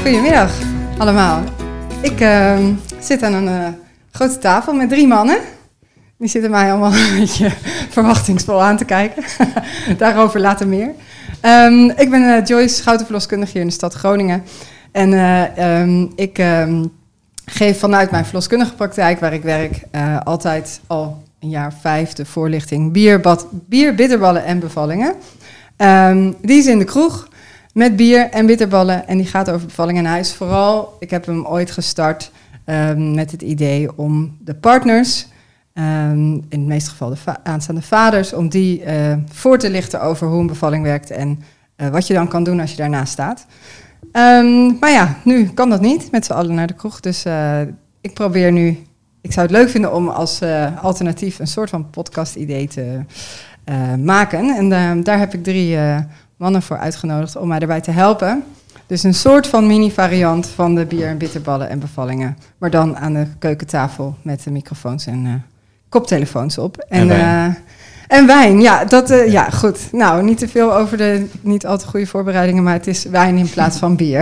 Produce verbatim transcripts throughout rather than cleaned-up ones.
Goedemiddag allemaal. Ik uh, zit aan een uh, grote tafel met drie mannen. Die zitten mij allemaal een beetje verwachtingsvol aan te kijken. Daarover later meer. Um, ik ben uh, Joyce, schouderverloskundige hier in de stad Groningen. En uh, um, ik um, geef vanuit mijn verloskundige praktijk, waar ik werk, uh, altijd al een jaar vijf de voorlichting bier, bad, bier, bitterballen en bevallingen. Um, die is in de kroeg met bier en bitterballen en die gaat over bevallingen. En hij is vooral, ik heb hem ooit gestart um, met het idee om de partners, um, in het meeste geval de va- aanstaande vaders, om die uh, voor te lichten over hoe een bevalling werkt en uh, wat je dan kan doen als je daarnaast staat. Um, maar ja, nu kan dat niet, met z'n allen naar de kroeg. Dus uh, ik probeer nu, ik zou het leuk vinden om als uh, alternatief een soort van podcast-idee te uh, maken. En uh, daar heb ik drie uh, mannen voor uitgenodigd om mij daarbij te helpen. Dus een soort van mini-variant van de bier en bitterballen en bevallingen. Maar dan aan de keukentafel met de microfoons en uh, koptelefoons op. En, en wijn. Uh, en wijn, ja, dat, uh, ja, goed. Nou, niet te veel over de niet al te goede voorbereidingen, maar het is wijn in plaats van bier.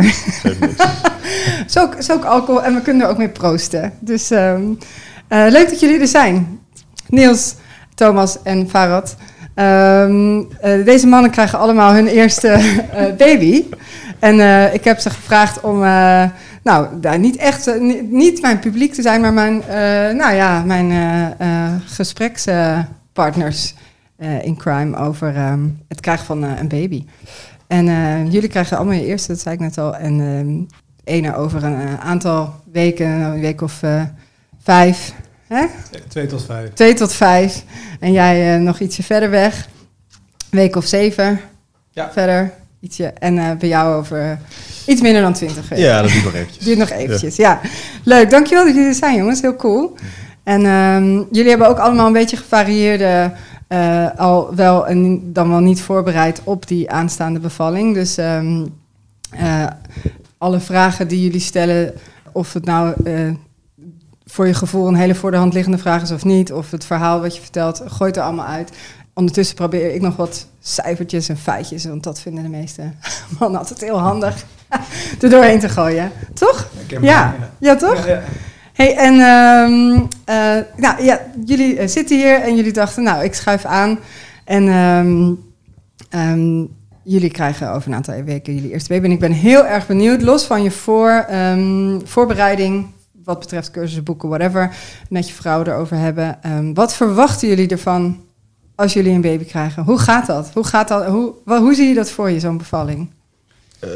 Het is ook, is ook alcohol en we kunnen er ook mee proosten. Dus um, uh, leuk dat jullie er zijn. Niels, Thomas en Farad. Um, uh, deze mannen krijgen allemaal hun eerste uh, baby. En uh, ik heb ze gevraagd om, uh, nou, uh, niet echt, uh, niet, niet mijn publiek te zijn, maar mijn, uh, nou ja, mijn uh, uh, gesprekspartners uh, in crime over um, het krijgen van uh, een baby. En uh, jullie krijgen allemaal je eerste, dat zei ik net al. En um, ene over een uh, aantal weken, een week of uh, vijf. Hè? Twee tot vijf. Twee tot vijf. En jij uh, nog ietsje verder weg. Een week of zeven. Ja. Verder. Ietsje. En uh, bij jou over uh, iets minder dan twintig weken. Ja, dat duurt nog eventjes. Duurt nog eventjes, ja. ja. Leuk, dankjewel dat jullie er zijn, jongens. Heel cool. En um, jullie hebben ook allemaal een beetje gevarieerde, uh, al wel en dan wel niet voorbereid op die aanstaande bevalling. Dus um, uh, alle vragen die jullie stellen, of het nou uh, voor je gevoel een hele voor de hand liggende vraag is of niet, of het verhaal wat je vertelt, gooit er allemaal uit. Ondertussen probeer ik nog wat cijfertjes en feitjes, want dat vinden de meeste mannen altijd heel handig, er doorheen te gooien. Toch? Ja, ja. ja, toch? Ja, ja. Hey, en um, uh, nou, ja, jullie uh, zitten hier en jullie dachten, nou, ik schuif aan. En um, um, jullie krijgen over een aantal weken jullie eerste baby. En ik ben heel erg benieuwd, los van je voor, um, voorbereiding, wat betreft cursussen, boeken, whatever, met je vrouw erover hebben. Um, wat verwachten jullie ervan als jullie een baby krijgen? Hoe gaat dat? Hoe, gaat dat? Hoe, wel, hoe zie je dat voor je, zo'n bevalling? Uh,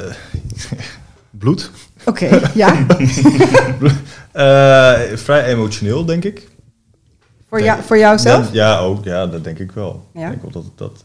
bloed. Oké, okay, ja. uh, vrij emotioneel, denk ik. Voor, denk, jou, voor jou zelf? Ja, ja, ook. Ja, dat denk ik wel. Ja? Ik denk wel dat dat...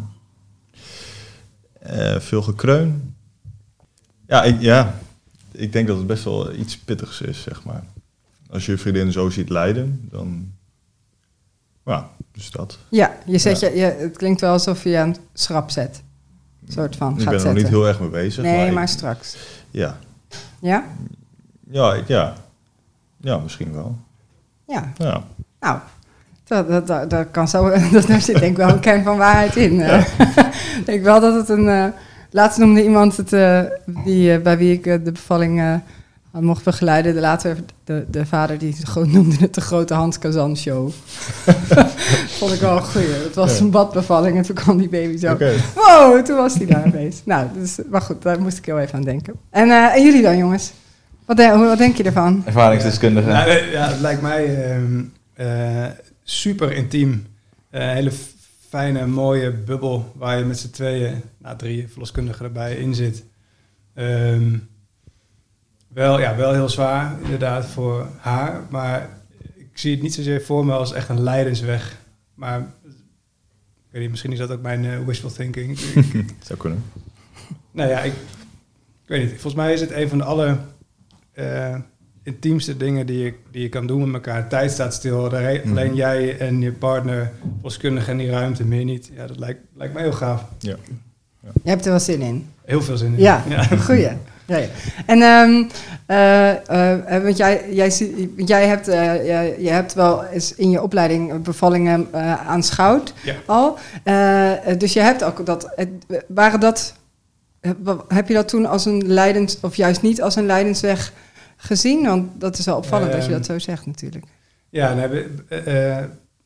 Uh, uh, veel gekreun. Ja ik, ja, ik denk dat het best wel iets pittigs is, zeg maar. Als je je vriendin zo ziet lijden, dan... Ja, dus dat. Ja, je zet ja. Je, je, het klinkt wel alsof je een schrap zet. Een soort van ik gaat ben er zetten. nog niet heel erg mee bezig. Nee, maar, maar ik, straks. Ja. Ja? Ja, ik, ja. Ja, misschien wel. Ja. Ja. Nou, dat, dat, dat, dat kan zo, dat, daar zit denk ik wel een kern van waarheid in. Ja. Ik denk wel dat het een... Uh, laatst noemde iemand het, uh, die, uh, bij wie ik uh, de bevalling uh, mocht begeleiden. De later, de, de vader die noemde het de grote Hans Kazan show. Vond ik wel een goeie. Het was ja. een badbevalling en toen kwam die baby zo. Okay. Wow, toen was hij daar geweest. Nou, dus, maar goed, daar moest ik heel even aan denken. En, uh, en jullie dan, jongens? Wat, de, wat denk je ervan? Ervaringsdeskundige. Ja, ja, het lijkt mij um, uh, super intiem. Een uh, hele fijne, mooie bubbel waar je met z'n tweeën, nou drie verloskundigen erbij in zit. Um, wel, ja, wel heel zwaar, inderdaad, voor haar. Maar ik zie het niet zozeer voor me als echt een lijdensweg. Maar ik weet niet, misschien is dat ook mijn uh, wishful thinking. Zou kunnen. Nou ja, ik, ik weet niet. Volgens mij is het een van de aller uh, intiemste dingen die je, die je kan doen met elkaar. Tijd staat stil. Re- mm-hmm. Alleen jij en je partner, verloskundige en die ruimte, meer niet. Ja, dat lijkt, lijkt me heel gaaf. Ja. Ja. Je hebt er wel zin in? Heel veel zin in. Ja, ja. Goeie. Ja, ja. En um, uh, uh, want jij, jij, jij, hebt, uh, jij, jij hebt wel eens in je opleiding bevallingen uh, aanschouwd ja. al. Uh, dus je hebt ook dat. Uh, waren dat heb je dat toen als een leidend, of juist niet als een leidensweg gezien? Want dat is wel opvallend uh, dat je dat zo zegt natuurlijk. Ja, en hebben, uh,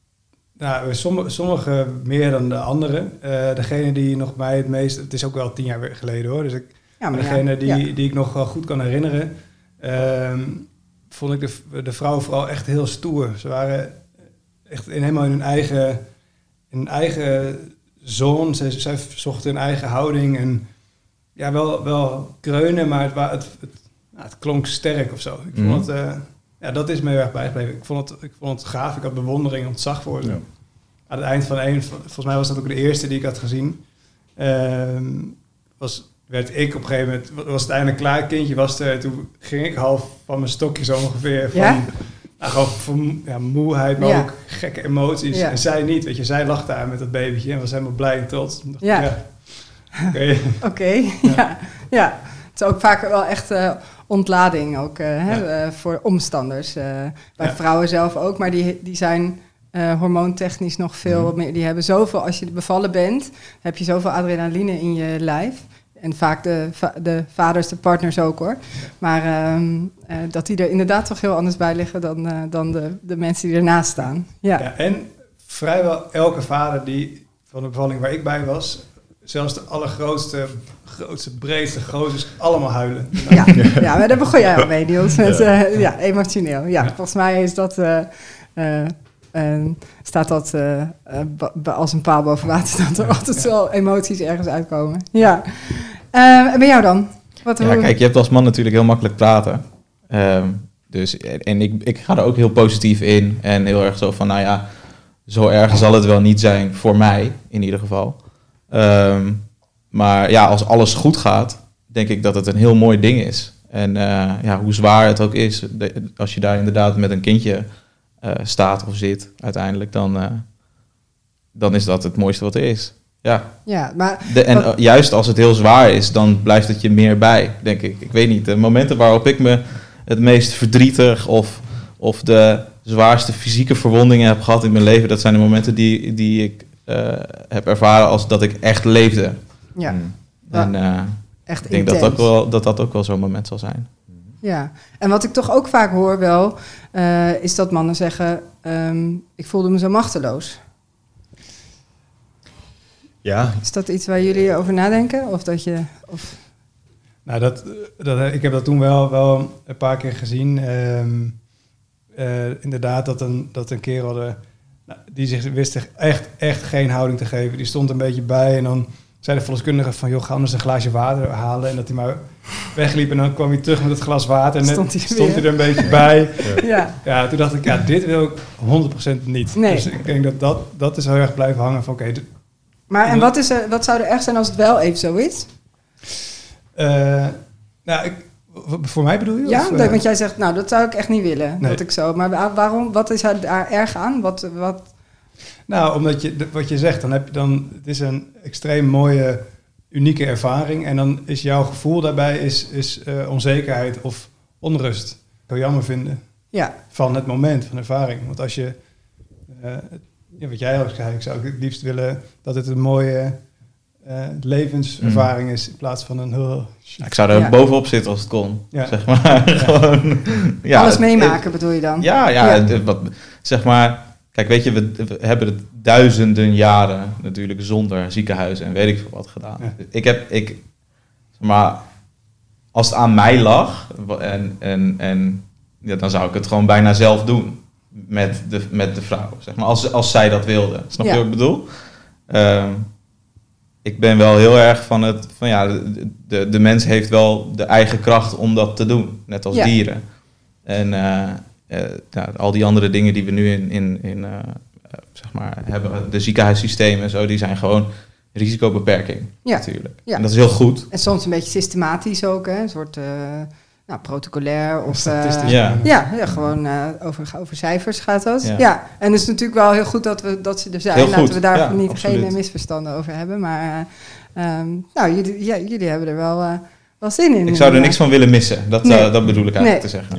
nou, sommige, sommige meer dan de anderen. Uh, degene die nog mij het meest... Het is ook wel tien jaar geleden hoor. Dus ik, ja, maar degene ja, die, ja. die ik nog wel goed kan herinneren... Uh, vond ik de, de vrouwen vooral echt heel stoer. Ze waren echt in, helemaal in hun eigen, in hun eigen zone. Zij, zij zochten hun eigen houding. En ja, wel, wel kreunen, maar het, het, het, nou, het klonk sterk of zo. Ik mm. vond het... Uh, Ja, dat is me heel erg bijgebleven. Ik vond het, ik vond het gaaf. Ik had bewondering en ontzag voor ze. Ja. Aan het eind van een, volgens mij was dat ook de eerste die ik had gezien. Um, was, werd ik op een gegeven moment, was het eindelijk klaar, het kindje was er. Toen ging ik half van mijn stokje zo ongeveer. Van, ja? Nou, gewoon van ja, moeheid, maar ja. ook gekke emoties. Ja. En zij niet, weet je. Zij lag daar met dat babytje en was helemaal blij en trots. Dacht ja. ja. Oké, okay. okay, ja. ja. ja. Het is ook vaak wel echt... Uh, ontlading ook uh, ja. hè, uh, voor omstanders. Uh, bij ja. vrouwen zelf ook, maar die, die zijn uh, hormoontechnisch nog veel mm. meer. Die hebben zoveel, als je bevallen bent, heb je zoveel adrenaline in je lijf. En vaak de, va- de vaders, de partners ook hoor. Maar um, uh, dat die er inderdaad toch heel anders bij liggen dan, uh, dan de, de mensen die ernaast staan. Ja. Ja, en vrijwel elke vader die van de bevalling waar ik bij was, zelfs de allergrootste, grootste, breedste, grootste, allemaal huilen. Ja, ja, maar daar begon jij al mee, Niels. Met, ja. Uh, ja, emotioneel. Ja, ja, volgens mij is dat, uh, uh, uh, staat dat uh, uh, b- als een paal boven water, dat er altijd wel emoties ergens uitkomen. Ja. Uh, en bij jou dan? Wat, ja, kijk, je hebt als man natuurlijk heel makkelijk praten. Um, dus, en ik, ik ga er ook heel positief in. En heel erg zo van, nou ja, zo erg zal het wel niet zijn voor mij, in ieder geval. Um, maar ja, als alles goed gaat, denk ik dat het een heel mooi ding is. En uh, ja, hoe zwaar het ook is, de, als je daar inderdaad met een kindje uh, staat of zit uiteindelijk, dan, uh, dan is dat het mooiste wat er is. Ja, ja maar... De, en uh, juist als het heel zwaar is, dan blijft het je meer bij, denk ik. Ik weet niet, de momenten waarop ik me het meest verdrietig of, of de zwaarste fysieke verwondingen heb gehad in mijn leven, dat zijn de momenten die, die ik uh, heb ervaren als dat ik echt leefde. Ja. En uh, echt ik denk dat, ook wel, dat dat ook wel zo'n moment zal zijn. Ja, en wat ik toch ook vaak hoor wel, uh, is dat mannen zeggen, um, ik voelde me zo machteloos. Ja. Is dat iets waar jullie over nadenken? Of dat je... Of... Nou, dat, dat, ik heb dat toen wel, wel een paar keer gezien. Um, uh, inderdaad, dat een, dat een kerel de, nou, die zich wist zich echt, echt geen houding te geven. Die stond een beetje bij en dan zei de verloskundige van, joh, ga anders een glaasje water halen. En dat hij maar wegliep en dan kwam hij terug met het glas water. En stond, hij, stond hij er een beetje bij. Ja. Ja. Ja, toen dacht ik, ja, dit wil ik honderd procent niet. Nee. Dus ik denk dat dat, dat is heel erg blijven hangen van, oké. Okay, maar en wat, is er, wat zou er erg zijn als het wel even zo is? Uh, nou, ik, voor mij bedoel je? Ja, of, uh, want jij zegt, nou, dat zou ik echt niet willen. Nee. Dat ik zo. Maar waarom? Wat is er daar erg aan? Wat, wat... Nou, omdat je, wat je zegt, dan heb je dan, het is een extreem mooie, unieke ervaring. En dan is jouw gevoel daarbij is, is uh, onzekerheid of onrust. Ik zou jammer vinden ja. van het moment, van ervaring. Want als je, uh, ja, wat jij ook zei, ik zou het liefst willen dat het een mooie uh, levenservaring mm. is in plaats van een... Uh, ik zou er ja. bovenop zitten als het kon, ja. zeg maar. Ja. Gewoon, ja, alles meemaken het, bedoel je dan? Ja, ja, ja. Het, wat, zeg maar... Kijk, weet je, we, we hebben het duizenden jaren natuurlijk zonder ziekenhuis en weet ik veel wat gedaan. Ja. Ik heb, ik, maar als het aan mij lag, en, en, en ja, dan zou ik het gewoon bijna zelf doen met de, met de vrouw, zeg maar, als, als zij dat wilde. Snap ja. je wat ik bedoel? Um, ik ben wel heel erg van het, van ja, de, de, de mens heeft wel de eigen kracht om dat te doen, net als ja. dieren. En uh, Uh, nou, al die andere dingen die we nu in, in, in uh, uh, zeg maar hebben, de ziekenhuissystemen en zo, die zijn gewoon risicobeperking ja. natuurlijk. Ja. En dat is heel goed. En soms een beetje systematisch ook, hè? Een soort uh, nou, protocolair of statistisch. Uh, ja. Ja, ja, gewoon uh, over, over cijfers gaat dat. Ja. ja. En het is natuurlijk wel heel goed dat we dat ze er zijn. Heel Laten goed. we daar ja, niet absoluut. geen misverstanden over hebben. Maar uh, um, nou, jullie, ja, jullie hebben er wel, uh, wel zin in. Ik zou er niks van willen missen. Dat, nee. uh, dat bedoel ik eigenlijk nee. te zeggen. Ja.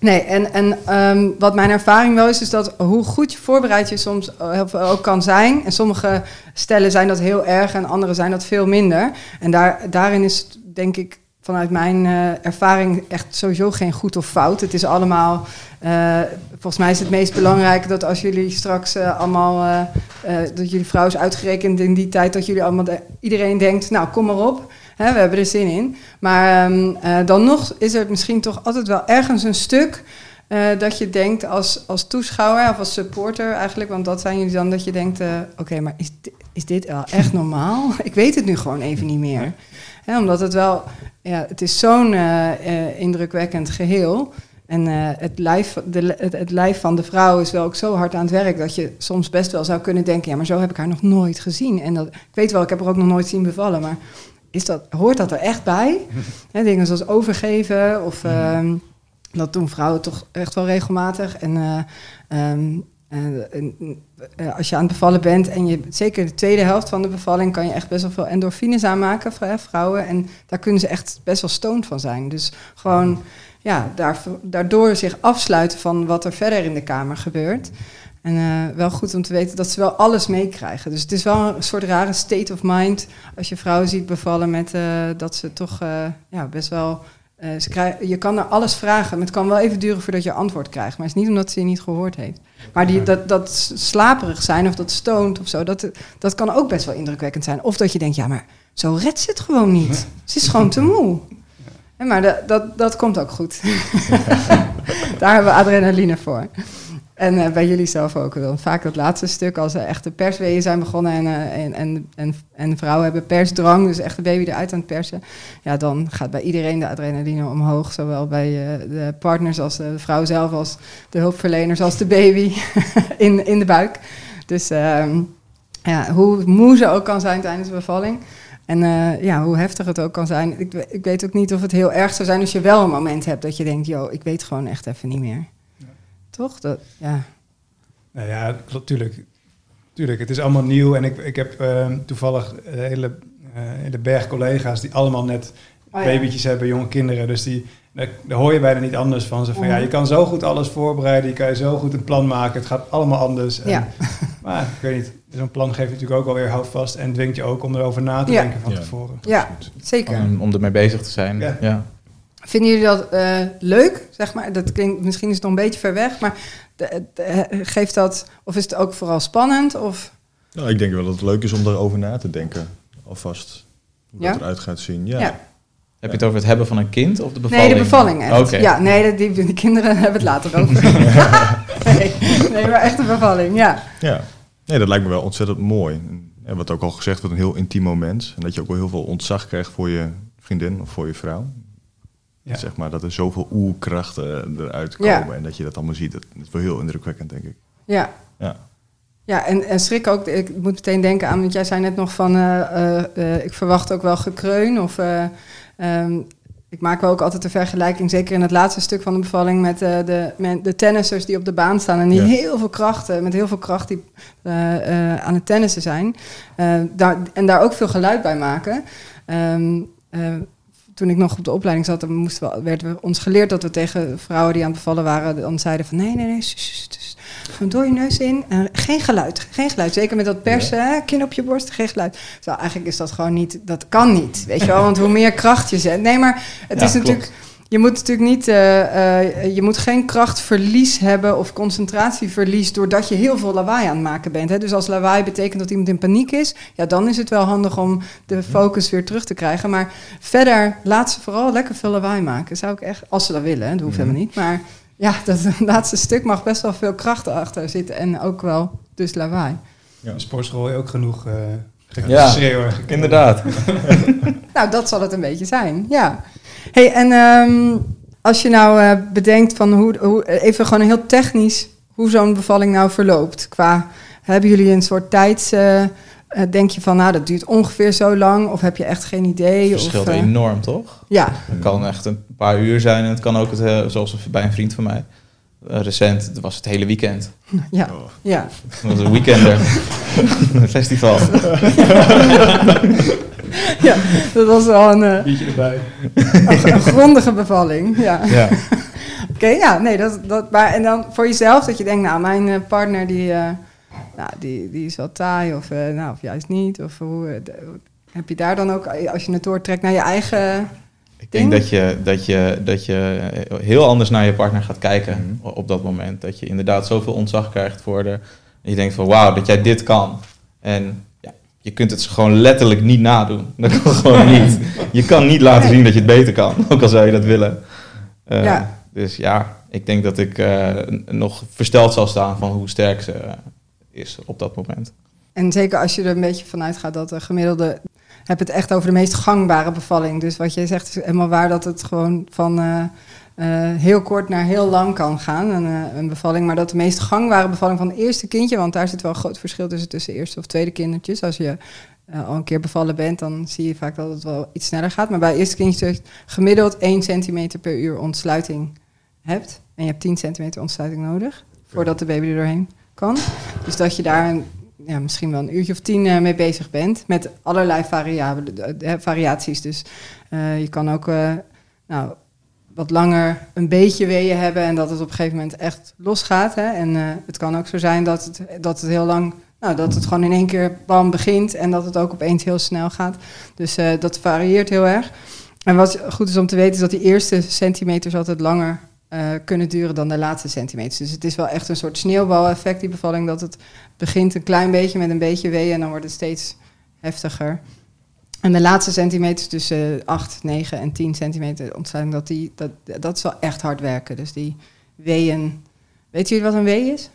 Nee, en, en um, wat mijn ervaring wel is, is dat hoe goed je voorbereid je soms ook kan zijn. En sommige stellen zijn dat heel erg en andere zijn dat veel minder. En daar, daarin is het, denk ik, vanuit mijn uh, ervaring echt sowieso geen goed of fout. Het is allemaal, uh, volgens mij is het meest belangrijk dat als jullie straks uh, allemaal, uh, uh, dat jullie vrouw is uitgerekend in die tijd, dat jullie allemaal, de, iedereen denkt, nou kom maar op. Hè, we hebben er zin in. Maar um, uh, dan nog is er misschien toch altijd wel ergens een stuk uh, dat je denkt als, als toeschouwer of als supporter eigenlijk, want dat zijn jullie dan, dat je denkt, uh, oké, okay, maar is, is dit wel echt normaal? Ik weet het nu gewoon even niet meer. Hè, omdat het wel, ja, het is zo'n uh, uh, indrukwekkend geheel. En uh, het, lijf, de, het, het lijf van de vrouw is wel ook zo hard aan het werk dat je soms best wel zou kunnen denken, ja, maar zo heb ik haar nog nooit gezien. En dat, ik weet wel, ik heb haar ook nog nooit zien bevallen, maar is dat, hoort dat er echt bij? He, dingen zoals overgeven of um, dat doen vrouwen toch echt wel regelmatig. En, uh, um, uh, en uh, als je aan het bevallen bent en je zeker de tweede helft van de bevalling kan je echt best wel veel endorfines aanmaken voor vrouwen. En daar kunnen ze echt best wel stoned van zijn. Dus gewoon ja, daar, daardoor zich afsluiten van wat er verder in de kamer gebeurt. En uh, wel goed om te weten dat ze wel alles meekrijgen. Dus het is wel een soort rare state of mind als je vrouwen ziet bevallen met uh, dat ze toch uh, ja, best wel... Uh, ze krijgen, je kan naar alles vragen, maar het kan wel even duren voordat je antwoord krijgt. Maar het is niet omdat ze je niet gehoord heeft. Maar die, dat, dat slaperig zijn of dat stoned of zo, dat, dat kan ook best wel indrukwekkend zijn. Of dat je denkt, ja, maar zo redt ze het gewoon niet. Ze is gewoon te moe. Ja, maar de, dat, dat komt ook goed. Daar hebben we adrenaline voor. En uh, bij jullie zelf ook wel. Vaak dat laatste stuk, als er echte persweeën zijn begonnen en, uh, en, en, en, en vrouwen hebben persdrang, dus echt de baby eruit aan het persen. Ja, dan gaat bij iedereen de adrenaline omhoog. Zowel bij uh, de partners als de vrouw zelf, als de hulpverleners, als de baby in, in de buik. Dus uh, ja, hoe moe ze ook kan zijn tijdens de bevalling. En uh, ja, hoe heftig het ook kan zijn. Ik, ik weet ook niet of het heel erg zou zijn als je wel een moment hebt dat je denkt, joh, ik weet gewoon echt even niet meer. Toch? Dat, ja. Nou ja, klopt, tuurlijk. Tuurlijk, het is allemaal nieuw. En ik, ik heb uh, toevallig een hele, uh, hele berg collega's die allemaal net oh, ja. babytjes hebben, jonge kinderen. Dus die, daar, daar hoor je bijna niet anders van. Ze van, mm. ja, je kan zo goed alles voorbereiden, je kan je zo goed een plan maken. Het gaat allemaal anders. En, ja. Maar ik weet niet, zo'n plan geeft je natuurlijk ook alweer houvast en dwingt je ook om erover na te ja. denken van ja. tevoren. Ja, zeker. Om, om ermee bezig te zijn. Ja. Ja. Vinden jullie dat uh, leuk, zeg maar? Dat klinkt, misschien is het nog een beetje ver weg, maar de, de, geeft dat, of is het ook vooral spannend? Of? Nou, ik denk wel dat het leuk is om daarover na te denken, alvast. Hoe Ja? dat eruit gaat zien. Ja. Ja. Heb je het over het hebben van een kind of de bevalling? Nee, de bevalling echt. Oké. Ja, nee, die, die kinderen hebben het later over. nee, nee, maar echt een bevalling, ja. Ja. Nee, dat lijkt me wel ontzettend mooi. En wat ook al gezegd wordt, een heel intiem moment. En dat je ook wel heel veel ontzag krijgt voor je vriendin of voor je vrouw. Ja. Zeg maar, dat er zoveel oerkrachten eruit komen Ja. en dat je dat allemaal ziet. Dat is wel heel indrukwekkend, denk ik. Ja. Ja. Ja, en, en schrik ook, ik moet meteen denken aan, want jij zei net nog van, uh, uh, uh, ik verwacht ook wel gekreun. Of, uh, um, ik maak wel ook altijd de vergelijking, zeker in het laatste stuk van de bevalling, met uh, de, met de tennissers die op de baan staan en die ja. heel veel krachten, met heel veel kracht die uh, uh, aan het tennissen zijn. Uh, daar, en daar ook veel geluid bij maken. Um, uh, Toen ik nog op de opleiding zat, dan moesten we, werden we ons geleerd dat we tegen vrouwen die aan het bevallen waren, dan zeiden van nee, nee, nee, zus, zus, zus. Gewoon door je neus in. En geen geluid, geen geluid. Zeker met dat persen, ja. kin op je borst, geen geluid. Zo, eigenlijk is dat gewoon niet, dat kan niet, weet je wel. Want hoe meer kracht je zet. Nee, maar het ja, is klopt. natuurlijk, je moet natuurlijk niet, uh, uh, je moet geen krachtverlies hebben of concentratieverlies doordat je heel veel lawaai aan het maken bent. Hè. Dus als lawaai betekent dat iemand in paniek is, ja, dan is het wel handig om de focus weer terug te krijgen. Maar verder, laat ze vooral lekker veel lawaai maken. Zou ik echt, als ze dat willen, hè, dat hoeft mm-hmm. helemaal niet. Maar ja, dat laatste stuk mag best wel veel kracht achter zitten en ook wel dus lawaai. Ja, in sportschool hoor je ook genoeg uh, ja, schreeuwen. Inderdaad. Nou, dat zal het een beetje zijn, ja. Hey, en um, als je nou uh, bedenkt van hoe, hoe, even gewoon heel technisch, hoe zo'n bevalling nou verloopt. Qua, hebben jullie een soort tijds, uh, uh, denk je van, nou, dat duurt ongeveer zo lang, of heb je echt geen idee? Het verschilt of, uh, enorm, toch? Ja. Het kan echt een paar uur zijn en het kan ook, het, uh, zoals bij een vriend van mij, uh, recent, het was het hele weekend. Ja, oh. ja. Het was een weekender. Een festival. Ja, dat was wel een... Uh, biertje erbij. Een, een grondige bevalling, ja. Ja. Oké, ja, nee, dat, dat, maar en dan voor jezelf dat je denkt, nou, mijn uh, partner die, uh, nou, die, die is wel taai of, uh, nou, of juist niet. Of hoe uh, de, heb je daar dan ook, als je het doortrekt naar je eigen Ik denk dat je, dat, je, dat je heel anders naar je partner gaat kijken mm-hmm. op dat moment. Dat je inderdaad zoveel ontzag krijgt voor de... En je denkt van wauw, dat jij dit kan. En ja, je kunt het gewoon letterlijk niet nadoen. Dat kan gewoon niet. Je kan niet laten nee. zien dat je het beter kan. Ook al zou je dat willen. Uh, ja. Dus ja, ik denk dat ik uh, nog versteld zal staan van hoe sterk ze uh, is op dat moment. En zeker als je er een beetje vanuit gaat dat de gemiddelde... heb het echt over de meest gangbare bevalling. Dus wat jij zegt is helemaal waar dat het gewoon van uh, uh, heel kort naar heel lang kan gaan, een, uh, een bevalling. Maar dat de meest gangbare bevalling van het eerste kindje, want daar zit wel een groot verschil tussen, tussen eerste of tweede kindertjes. Als je uh, al een keer bevallen bent, dan zie je vaak dat het wel iets sneller gaat. Maar bij eerste kindjes gemiddeld één centimeter per uur ontsluiting hebt. En je hebt tien centimeter ontsluiting nodig, voordat de baby er doorheen kan. Dus dat je daar... een ja, misschien wel een uurtje of tien uh, mee bezig bent. Met allerlei variabelen, uh, variaties. Dus uh, je kan ook uh, nou, wat langer een beetje weeën hebben... en dat het op een gegeven moment echt losgaat. Hè? En uh, het kan ook zo zijn dat het, dat het heel lang... Nou, dat het gewoon in één keer bam begint... en dat het ook opeens heel snel gaat. Dus uh, dat varieert heel erg. En wat goed is om te weten... is dat die eerste centimeters altijd langer... Uh, kunnen duren dan de laatste centimeters. Dus het is wel echt een soort sneeuwbaleffect, die bevalling... dat het begint een klein beetje met een beetje weeën... en dan wordt het steeds heftiger. En de laatste centimeters tussen uh, acht, negen en tien centimeter ontsluiting... Dat, die, dat, dat is wel echt hard werken. Dus die weeën... Weet jullie wat een wee is?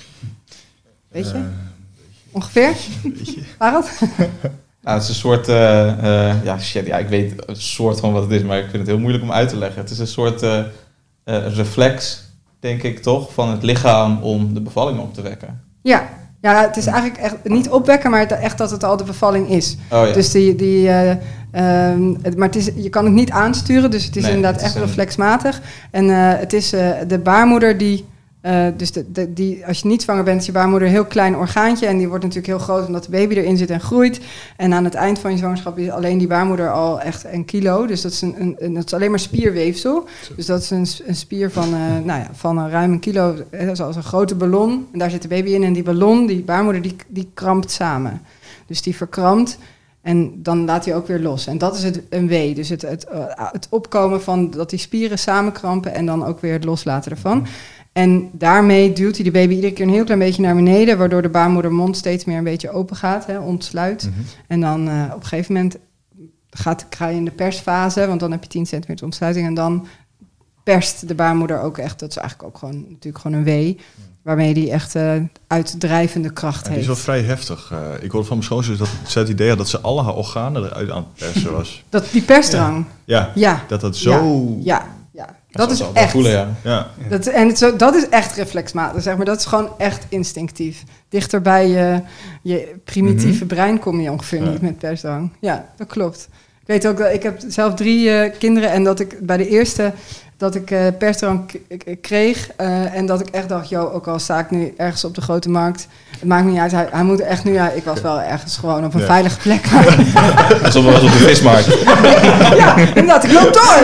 Weet je? Uh, Ongeveer? Waarom? Nou, het is een soort... Uh, uh, ja, shit, ja, ik weet een soort van wat het is... maar ik vind het heel moeilijk om uit te leggen. Het is een soort... Uh, Uh, reflex, denk ik toch, van het lichaam om de bevalling op te wekken. Ja, ja het is eigenlijk echt niet opwekken, maar het, echt dat het al de bevalling is. Oh, ja. Dus die, die, uh, um, het, maar het is, je kan het niet aansturen, dus het is nee, inderdaad het is echt een... reflexmatig. En uh, het is uh, de baarmoeder die... Uh, dus de, de, die, als je niet zwanger bent, is je baarmoeder een heel klein orgaantje. En die wordt natuurlijk heel groot omdat de baby erin zit en groeit. En aan het eind van je zwangerschap is alleen die baarmoeder al echt een kilo. Dus dat is, een, een, een, dat is alleen maar spierweefsel. Dus dat is een, een spier van, uh, nou ja, van een ruim een kilo. Dat is als een grote ballon. En daar zit de baby in. En die ballon, die baarmoeder, die, die krampt samen. Dus die verkrampt. En dan laat hij ook weer los. En dat is het, een wee. Dus het, het, het opkomen van dat die spieren samenkrampen... en dan ook weer het loslaten ervan. En daarmee duwt hij de baby iedere keer een heel klein beetje naar beneden... waardoor de baarmoedermond steeds meer een beetje open gaat, hè, ontsluit. Mm-hmm. En dan uh, op een gegeven moment gaat, ga je in de persfase... want dan heb je tien centimeter ontsluiting... en dan perst de baarmoeder ook echt... dat is eigenlijk ook gewoon, natuurlijk gewoon een wee... waarmee die echt uh, uitdrijvende kracht ja, heeft. Het is wel vrij heftig. Uh, ik hoorde van mijn schoonzus dat ze het idee had... dat ze alle haar organen eruit aan het persen was. Dat die persdrang. Ja, ja. ja. dat dat zo... Ja, ja. Ja, dat, dat is echt. Voelen, ja. Ja. Dat, en het zo, dat is echt reflexmatig, zeg maar. Dat is gewoon echt instinctief. Dichter bij je, je primitieve mm-hmm. brein kom je ongeveer ja. niet met persdrang. Ja, dat klopt. Ik weet ook dat ik heb zelf drie uh, kinderen en dat ik bij de eerste dat ik uh, persdrang k- kreeg uh, en dat ik echt dacht, joh, ook al sta ik nu ergens op de grote markt, het maakt me niet uit, hij, hij moet echt nu, ja, ik was wel ergens gewoon op een ja. veilige plek. Alsof we was op de vismarkt. Ja, inderdaad, ik loop door.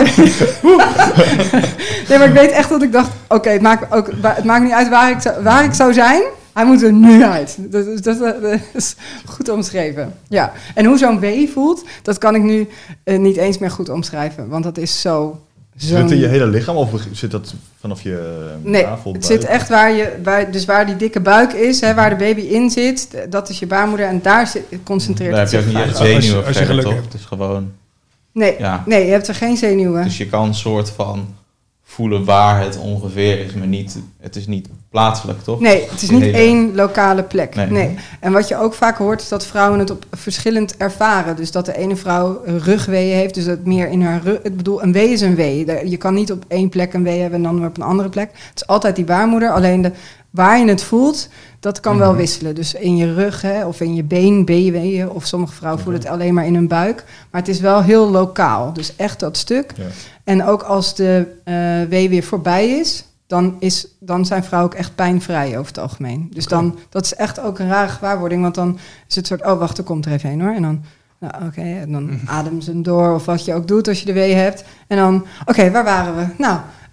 Nee, maar ik weet echt dat ik dacht, oké, okay, het, maakt ook, het maakt niet uit waar ik, zou, waar ik zou zijn, hij moet er nu uit. Dat, dat, dat is goed omschreven. Ja. En hoe zo'n wee voelt, dat kan ik nu uh, niet eens meer goed omschrijven, want dat is zo... Zit het in je hele lichaam of zit dat vanaf je uh, nee, navel? Het zit echt waar je, waar, dus waar die dikke buik is, hè, waar de baby in zit, dat is je baarmoeder en daar zit, concentreert daar het zich. Daar heb je ook niet echt zenuwen als je geluk hebt. Het is gewoon... Nee, ja. nee, je hebt er geen zenuwen. Dus je kan een soort van voelen waar het ongeveer is, maar niet, het is niet plaatselijk, toch? Nee, het is niet hele... één lokale plek. Nee. nee. En wat je ook vaak hoort, is dat vrouwen het op verschillend ervaren. Dus dat de ene vrouw rugweeën heeft, dus dat meer in haar rug... Ik bedoel, een wee is een wee. Je kan niet op één plek een wee hebben en dan weer op een andere plek. Het is altijd die baarmoeder, alleen de, waar je het voelt, dat kan mm-hmm. wel wisselen. Dus in je rug, hè, of in je been, beenweeën, of sommige vrouwen voelen het alleen maar in hun buik. Maar het is wel heel lokaal, dus echt dat stuk. Ja. En ook als de uh, wee weer voorbij is, dan, is, dan zijn vrouwen ook echt pijnvrij over het algemeen. Dus okay. dan, dat is echt ook een rare gewaarwording, want dan is het soort, oh wacht, er komt er even een hoor. En dan, nou oké, okay, en dan adem ze hem door, of wat je ook doet als je de wee hebt. En dan, oké, okay, waar waren we? Nou,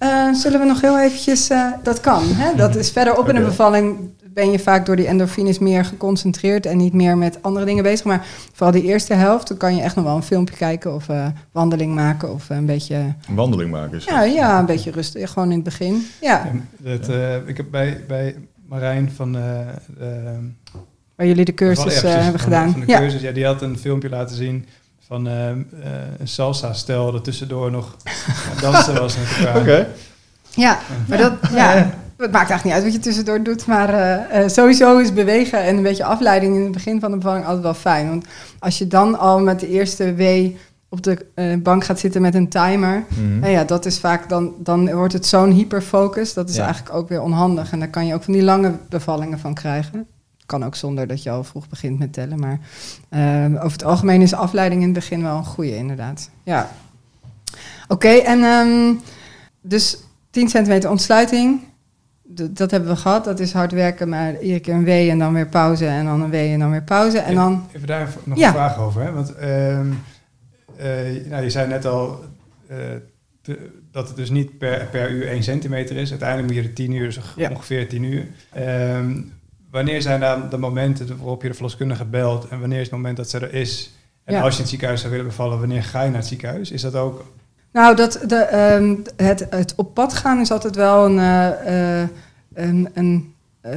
Uh, zullen we nog heel eventjes... Uh, dat kan, hè? Dat is verderop okay. in een bevalling... ben je vaak door die endorfines meer geconcentreerd... en niet meer met andere dingen bezig. Maar vooral die eerste helft... dan kan je echt nog wel een filmpje kijken... of uh, wandeling maken of uh, een beetje... Een wandeling maken is ja, ja, een beetje rustig. Gewoon in het begin. Ja. ja dat, uh, ik heb bij, bij Marijn van... Uh, uh, waar jullie de cursus ja, uh, hebben van, gedaan. Van de ja. cursus, ja, die had een filmpje laten zien... van uh, uh, een salsa-stel... dat tussendoor nog dansen was met elkaar. Oké. Okay. Ja, maar dat... ja. Het maakt eigenlijk niet uit wat je tussendoor doet, maar uh, uh, sowieso is bewegen en een beetje afleiding in het begin van de bevalling altijd wel fijn. Want als je dan al met de eerste wee op de uh, bank gaat zitten met een timer, mm-hmm. nou ja, dat is vaak dan, dan wordt het zo'n hyperfocus. Dat is ja. eigenlijk ook weer onhandig en daar kan je ook van die lange bevallingen van krijgen. Kan ook zonder dat je al vroeg begint met tellen, maar uh, over het algemeen is afleiding in het begin wel een goede, inderdaad. Ja. Oké, okay, en um, dus tien centimeter ontsluiting. Dat hebben we gehad. Dat is hard werken, maar iedere keer een wee en dan weer pauze en dan een wee en dan weer pauze. En dan... Even daar nog ja. een vraag over. Hè? Want uh, uh, nou, je zei net al uh, te, dat het dus niet per, per uur één centimeter is. Uiteindelijk moet je er tien uur, dus ja. ongeveer tien uur. Um, wanneer zijn dan de momenten waarop je de verloskundige belt en wanneer is het moment dat ze er is? En ja. als je in het ziekenhuis zou willen bevallen, wanneer ga je naar het ziekenhuis? Is dat ook... Nou, dat, de, um, het, het op pad gaan is altijd wel een, uh, uh, een, een uh,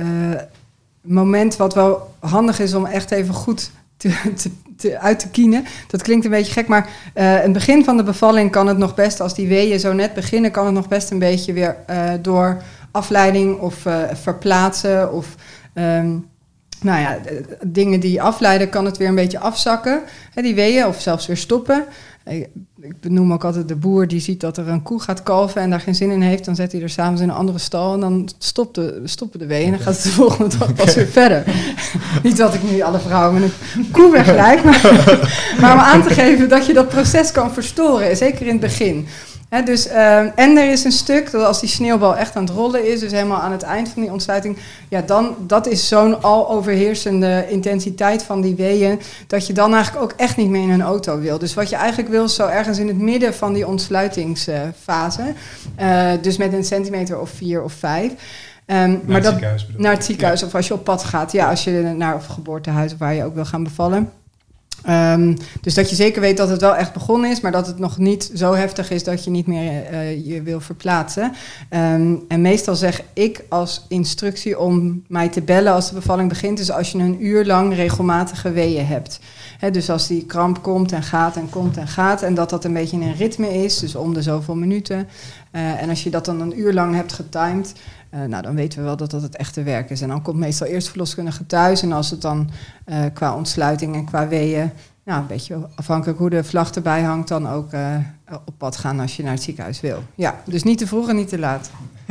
moment wat wel handig is om echt even goed te, te, te, uit te kienen. Dat klinkt een beetje gek, maar uh, in het begin van de bevalling kan het nog best, als die weeën zo net beginnen, kan het nog best een beetje weer uh, door afleiding of uh, verplaatsen of... Um, nou ja, dingen die afleiden, kan het weer een beetje afzakken. Hè, die weeën of zelfs weer stoppen. Ik benoem ook altijd de boer die ziet dat er een koe gaat kalven en daar geen zin in heeft. Dan zet hij er s'avonds in een andere stal en dan stopt de, stoppen de weeën. En dan gaat het de volgende dag pas weer verder. Niet dat ik nu alle vrouwen met een koe vergelijk, maar, maar om aan te geven dat je dat proces kan verstoren. Zeker in het begin. He, dus, uh, en er is een stuk, dat als die sneeuwbal echt aan het rollen is, dus helemaal aan het eind van die ontsluiting, ja, dan, dat is zo'n al overheersende intensiteit van die weeën, dat je dan eigenlijk ook echt niet meer in een auto wil. Dus wat je eigenlijk wil, is zo ergens in het midden van die ontsluitingsfase, uh, dus met een centimeter of vier of vijf. Um, naar maar het dat, ziekenhuis bedoel Naar het ziekenhuis, ja. of als je op pad gaat, ja, als je naar of geboortehuis of waar je ook wil gaan bevallen. Um, dus dat je zeker weet dat het wel echt begonnen is, maar dat het nog niet zo heftig is dat je niet meer uh, je wil verplaatsen. Um, en meestal zeg ik als instructie om mij te bellen als de bevalling begint, dus als je een uur lang regelmatige weeën hebt. He, dus als die kramp komt en gaat en komt en gaat en dat dat een beetje in een ritme is, dus om de zoveel minuten. Uh, en als je dat dan een uur lang hebt getimed, uh, nou dan weten we wel dat dat het echte werk is. En dan komt meestal eerst verloskundige thuis en als het dan uh, qua ontsluiting en qua weeën, nou een beetje afhankelijk hoe de vlag erbij hangt, dan ook uh, op pad gaan als je naar het ziekenhuis wil. Ja, dus niet te vroeg en niet te laat.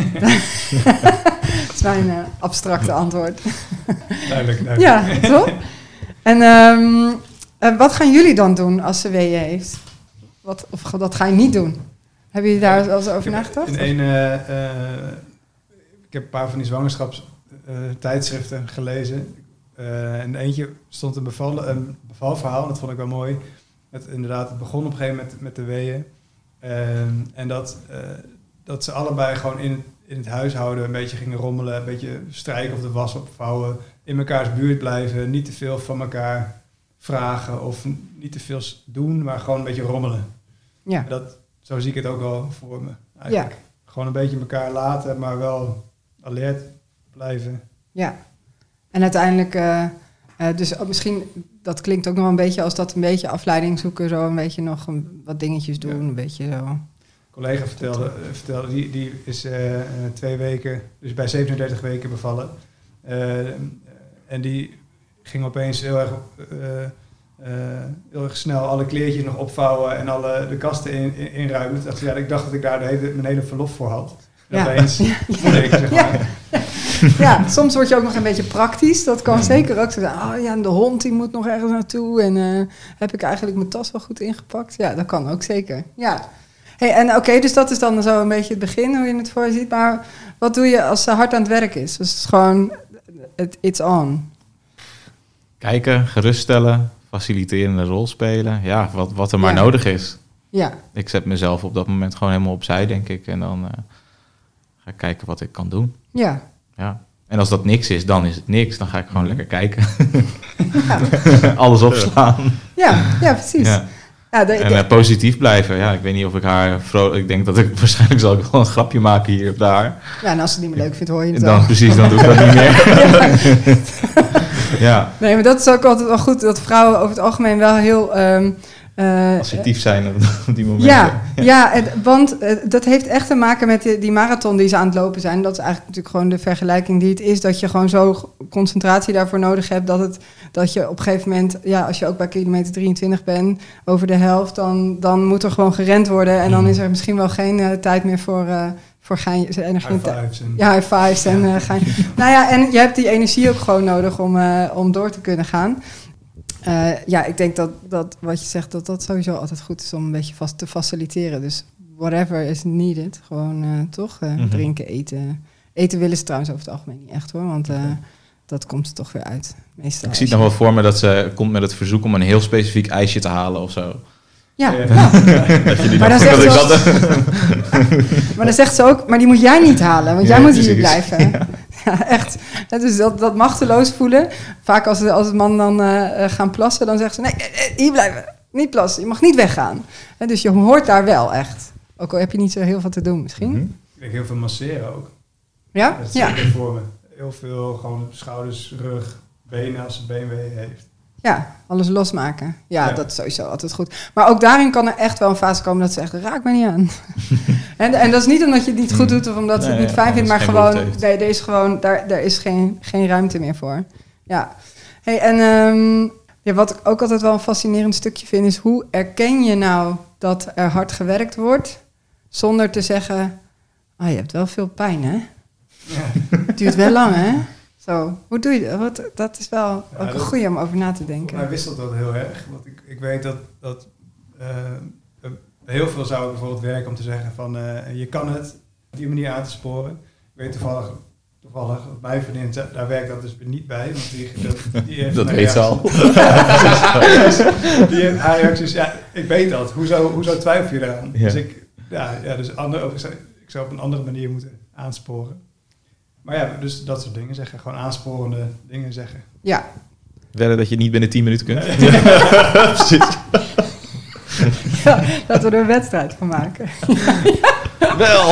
Dat is mijn uh, abstracte antwoord. Duidelijk, duidelijk. Ja, toch? En um, uh, wat gaan jullie dan doen als ze weeën heeft? Wat, of dat ga je niet doen? Hebben jullie daar wel eens over nagedacht? In een, uh, uh, ik heb een paar van die zwangerschapstijdschriften uh, gelezen. Uh, en eentje stond een, beval, een bevalverhaal, dat vond ik wel mooi. Het, inderdaad, het begon op een gegeven moment met, met de weeën. Uh, en dat, uh, dat ze allebei gewoon in, in het huishouden een beetje gingen rommelen. Een beetje strijken of de was opvouwen. In mekaars buurt blijven. Niet te veel van elkaar vragen of niet te veel doen, maar gewoon een beetje rommelen. Ja. Dat, zo zie ik het ook wel voor me. Eigenlijk. Ja. Gewoon een beetje elkaar laten, maar wel alert blijven. Ja. En uiteindelijk, uh, uh, dus misschien, dat klinkt ook nog wel een beetje als dat een beetje afleiding zoeken, zo een beetje nog een, wat dingetjes doen, ja. Een beetje zo. Een collega vertelde, vertelde die, die is uh, twee weken, dus bij zevenendertig weken bevallen. Uh, en die ging opeens heel erg, uh, uh, heel erg snel alle kleertjes nog opvouwen en alle de kasten in, in, inruimen. Dacht, ja, ik dacht dat ik daar de hele, mijn hele verlof voor had. En ja. opeens, ja. ik, zeg maar. Ja. Ja, soms word je ook nog een beetje praktisch. Dat kan zeker ook zo zijn. Oh ja, en de hond die moet nog ergens naartoe. En uh, heb ik eigenlijk mijn tas wel goed ingepakt? Ja, dat kan ook zeker. Ja. Hey, en oké, okay, dus dat is dan zo een beetje het begin, hoe je het voor je ziet. Maar wat doe je als ze hard aan het werk is? Dus het is gewoon, it, it's on. Kijken, geruststellen, faciliterende rol spelen. Ja, wat, wat er maar ja. nodig is. Ja. Ik zet mezelf op dat moment gewoon helemaal opzij, denk ik. En dan... Uh, ga ik kijken wat ik kan doen. Ja. Ja. En als dat niks is, dan is het niks. Dan ga ik gewoon Mm. lekker kijken. Ja, Alles opslaan. ja, ja precies. Ja. Ja, de, En de- uh, positief blijven. Ja, ik weet niet of ik haar... Vro- ik denk dat ik... Waarschijnlijk zal ik wel een grapje maken hier of daar. ja, en als ze het niet meer leuk vindt, hoor je het Dan wel. precies, dan doe ik dat niet meer. Ja, Nee, maar dat is ook altijd wel goed, dat vrouwen over het algemeen wel heel... ehm, eh, assertief zijn op, op die momenten. Ja, ja het, want eh, dat heeft echt te maken met die, die marathon die ze aan het lopen zijn. Dat is eigenlijk natuurlijk gewoon de vergelijking die het is. Dat je gewoon zo concentratie daarvoor nodig hebt. Dat, het, dat je op een gegeven moment, ja, als je ook bij kilometer drieëntwintig bent, over de helft, dan, dan moet er gewoon gerend worden. En dan Mm. is er misschien wel geen uh, tijd meer voor, uh, voor geintjes. En er geen High tijd- fives en- Ja, high fives en uh, gein. Nou ja, en je hebt die energie ook gewoon nodig om, uh, om door te kunnen gaan. Uh, ja, ik denk dat, dat wat je zegt, dat dat sowieso altijd goed is om een beetje vast te faciliteren. Dus whatever is needed. Gewoon uh, toch uh, Mhm. drinken, eten. Eten willen ze trouwens over het algemeen niet echt hoor, want uh, dat komt er toch weer uit. Meestal Ik zie het nog wel voor me dat ze komt met het verzoek om een heel specifiek ijsje te halen of zo. Ja, Ja. ja. Dat je die Maar dan- dan zegt Dat ik ze dat- Maar dan zegt ze ook, maar die moet jij niet halen, want jij Ja, moet hier precies. blijven. Ja, echt. Ja, dus dat, dat machteloos voelen. Vaak als, als het man dan uh, uh, gaan plassen, dan zegt ze, nee, nee, nee, hier blijven. Niet plassen, je mag niet weggaan. Hè, dus je hoort daar wel echt. Ook al heb je niet zo heel veel te doen misschien. Mhm. Ik denk heel veel masseren ook. Ja? Dat is Ja. zeker voor me. Heel veel gewoon schouders, rug, benen als ze beenweeën heeft. Ja, alles losmaken. Ja, Ja. dat is sowieso altijd goed. Maar ook daarin kan er echt wel een fase komen dat ze echt, raak me niet aan. en, en dat is niet omdat je het niet goed doet of omdat ze het Nee, niet fijn vindt, maar omdat het geen gewoon, behoefte nee, er is gewoon, daar, daar is geen, geen ruimte meer voor. Ja. Hey, en ehm, ja, wat ik ook altijd wel een fascinerend stukje vind, is hoe erken je nou dat er hard gewerkt wordt, zonder te zeggen, ah, je hebt wel veel pijn, hè? Ja. Het duurt wel lang, hè? Zo, hoe doe je dat? Wat, dat is wel Ja, ook een dat- goeie om over na te Voor denken. mij wisselt dat heel erg. Want ik, ik weet dat, dat uh, uh, heel veel zou bijvoorbeeld werken om te zeggen van uh, je kan het op die manier aan te sporen. Ik weet toevallig, toevallig dat mijn vriendin, daar werkt dat dus niet bij. Want die, dat, die heeft Dat een weet ze al. reactie. Die heeft haar reacties, ja, ik weet dat. Hoezo, hoezo twijfel je eraan? Ja. Dus ik, ja, ja, dus ander, ik, zou, ik zou op een andere manier moeten aansporen. Maar ja, dus dat soort dingen zeggen. Gewoon aansporende dingen zeggen. Ja, Wedden dat je het niet binnen tien minuten kunt. Precies. ja, laten we er een wedstrijd van maken. Wel.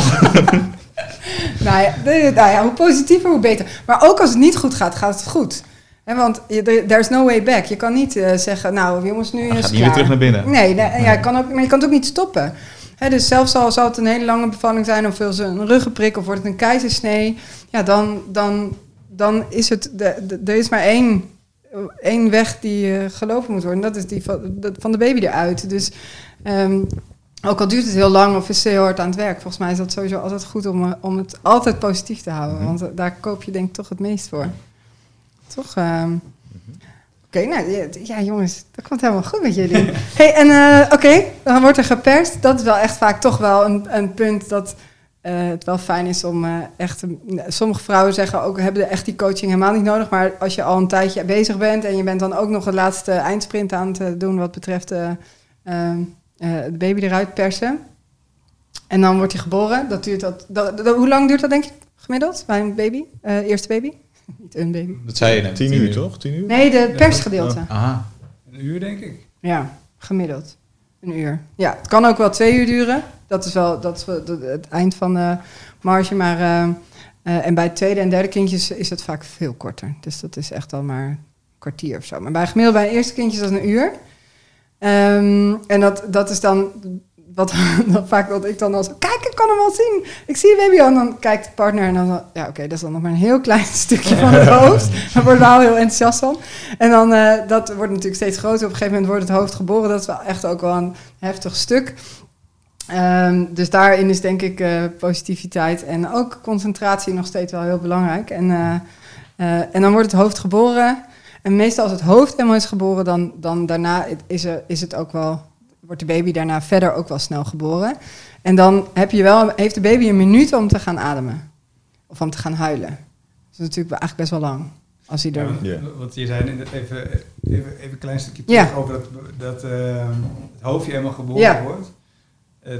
Nou ja, de, nou ja, hoe positiever, hoe beter. Maar ook als het niet goed gaat, gaat het goed. He, want je- there's no way back. Je kan niet uh, zeggen, nou jongens, nu Dan is gaat het niet weer klaar. terug naar binnen. Nee, nee, ja, kan ook, maar je kan het ook niet stoppen. He, dus zelfs al zou het een hele lange bevalling zijn, of wil ze een ruggenprik, of wordt het een keizersnee, ja, dan, dan, dan is het, de, de, er is maar één, één weg die uh, gelopen moet worden. En dat is die van de, van de baby eruit. Dus um, ook al duurt het heel lang of is ze heel hard aan het werk, volgens mij is dat sowieso altijd goed om, uh, om het altijd positief te houden. Mhm. Want uh, daar koop je denk ik toch het meest voor. Toch? Um, Oké, okay, nou ja, ja jongens, dat komt helemaal goed met jullie. Hey, en uh, oké, okay, dan wordt er geperst. Dat is wel echt vaak toch wel een, een punt dat uh, het wel fijn is om uh, echt... Sommige vrouwen zeggen ook, hebben echt die coaching helemaal niet nodig. Maar als je al een tijdje bezig bent en je bent dan ook nog het laatste eindsprint aan het doen wat betreft uh, uh, uh, het baby eruit persen. En dan wordt hij geboren. Dat duurt dat, dat, dat, hoe lang duurt dat denk je gemiddeld bij een baby? Uh, eerste baby? Niet een baby. Dat zei je net. Tien uur, toch? Tien uur? Nee, de persgedeelte. Aha. Een uur denk ik. Ja, gemiddeld. Een uur. Ja, het kan ook wel twee uur duren. Dat is wel, dat is wel het eind van de marge. Maar, uh, uh, en bij het tweede en derde kindjes is het vaak veel korter. Dus dat is echt al maar een kwartier of zo. Maar bij gemiddeld bij een eerste kindje is dat een uur. Um, en dat, dat is dan... Wat dan vaak dat ik dan als kijk, ik kan hem al zien. Ik zie je baby al. En dan kijkt de partner en dan zo, ja, oké, okay, dat is dan nog maar een heel klein stukje van het hoofd. Daar wordt wel heel enthousiast van. En dan, uh, dat wordt natuurlijk steeds groter. Op een gegeven moment wordt het hoofd geboren. Dat is wel echt ook wel een heftig stuk. Um, dus daarin is denk ik uh, positiviteit en ook concentratie nog steeds wel heel belangrijk. En, uh, uh, en dan wordt het hoofd geboren. En meestal als het hoofd eenmaal is geboren, dan, dan daarna is, er, is het ook wel... wordt de baby daarna verder ook wel snel geboren. En dan heb je wel, heeft de baby een minuut om te gaan ademen. Of om te gaan huilen. Dat is natuurlijk eigenlijk best wel lang. Als hij er... Ja, want, Ja. want je zei net even, even, even een klein stukje terug Ja. over dat, dat uh, het hoofdje helemaal geboren Ja. wordt. Uh,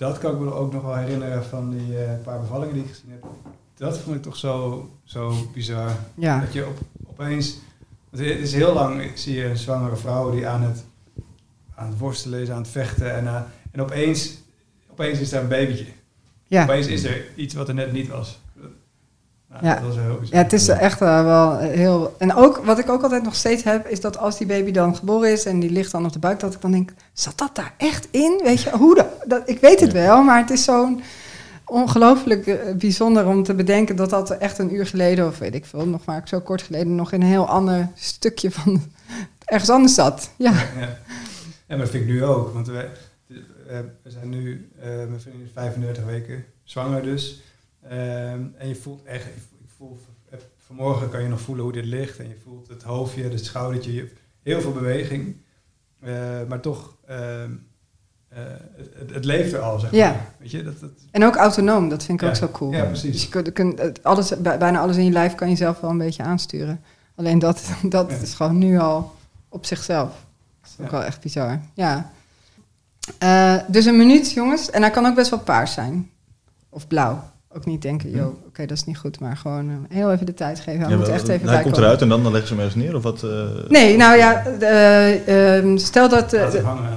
dat kan ik me ook nog wel herinneren van die uh, paar bevallingen die ik gezien heb. Dat vond ik toch zo, zo bizar. Ja. Dat je op, opeens... Het is heel lang, zie je een zwangere vrouw die aan het, aan het worstelen is, aan het vechten. En, uh, en opeens, opeens is daar een babytje. Ja. Opeens is er iets wat er net niet was. Nou, Ja. Dat was heel bizar. Ja, het is echt uh, wel heel... En ook, wat ik ook altijd nog steeds heb, is dat als die baby dan geboren is en die ligt dan op de buik, dat ik dan denk, zat dat daar echt in? Weet je, hoe de, dat, ik weet het wel, maar het is zo'n ongelooflijk uh, bijzonder om te bedenken dat dat echt een uur geleden, of weet ik veel, nog maar zo kort geleden, nog in een heel ander stukje van ergens anders zat. Ja, Ja, ja. En dat vind ik nu ook, want we, we zijn nu, uh, mijn vriendin is vijfendertig weken zwanger dus. Um, en je voelt echt, ik voel, vanmorgen kan je nog voelen hoe dit ligt. En je voelt het hoofdje, het schoudertje, je hebt heel veel beweging. Uh, maar toch, uh, uh, het, het leeft er al, zeg maar. Ja. Weet je, dat, dat, en ook autonoom, dat vind ik Ja. ook zo cool. Ja, precies. Dus je kunt, kunt, alles, bijna alles in je lijf kan je zelf wel een beetje aansturen. Alleen dat, dat Ja. is gewoon nu al op zichzelf. Dat is ook Ja. wel echt bizar. Ja. Uh, dus een minuut, jongens. En hij kan ook best wel paars zijn. Of blauw. Ook niet denken, joh, oké, okay, dat is niet goed. Maar gewoon uh, heel even de tijd geven. Hij Ja, moet wel, echt even hij bijkomen. komt eruit en dan, dan leggen ze hem ergens neer of wat? Uh, Nee, nou ja, uh, uh, stel dat... Uh, laat het hangen.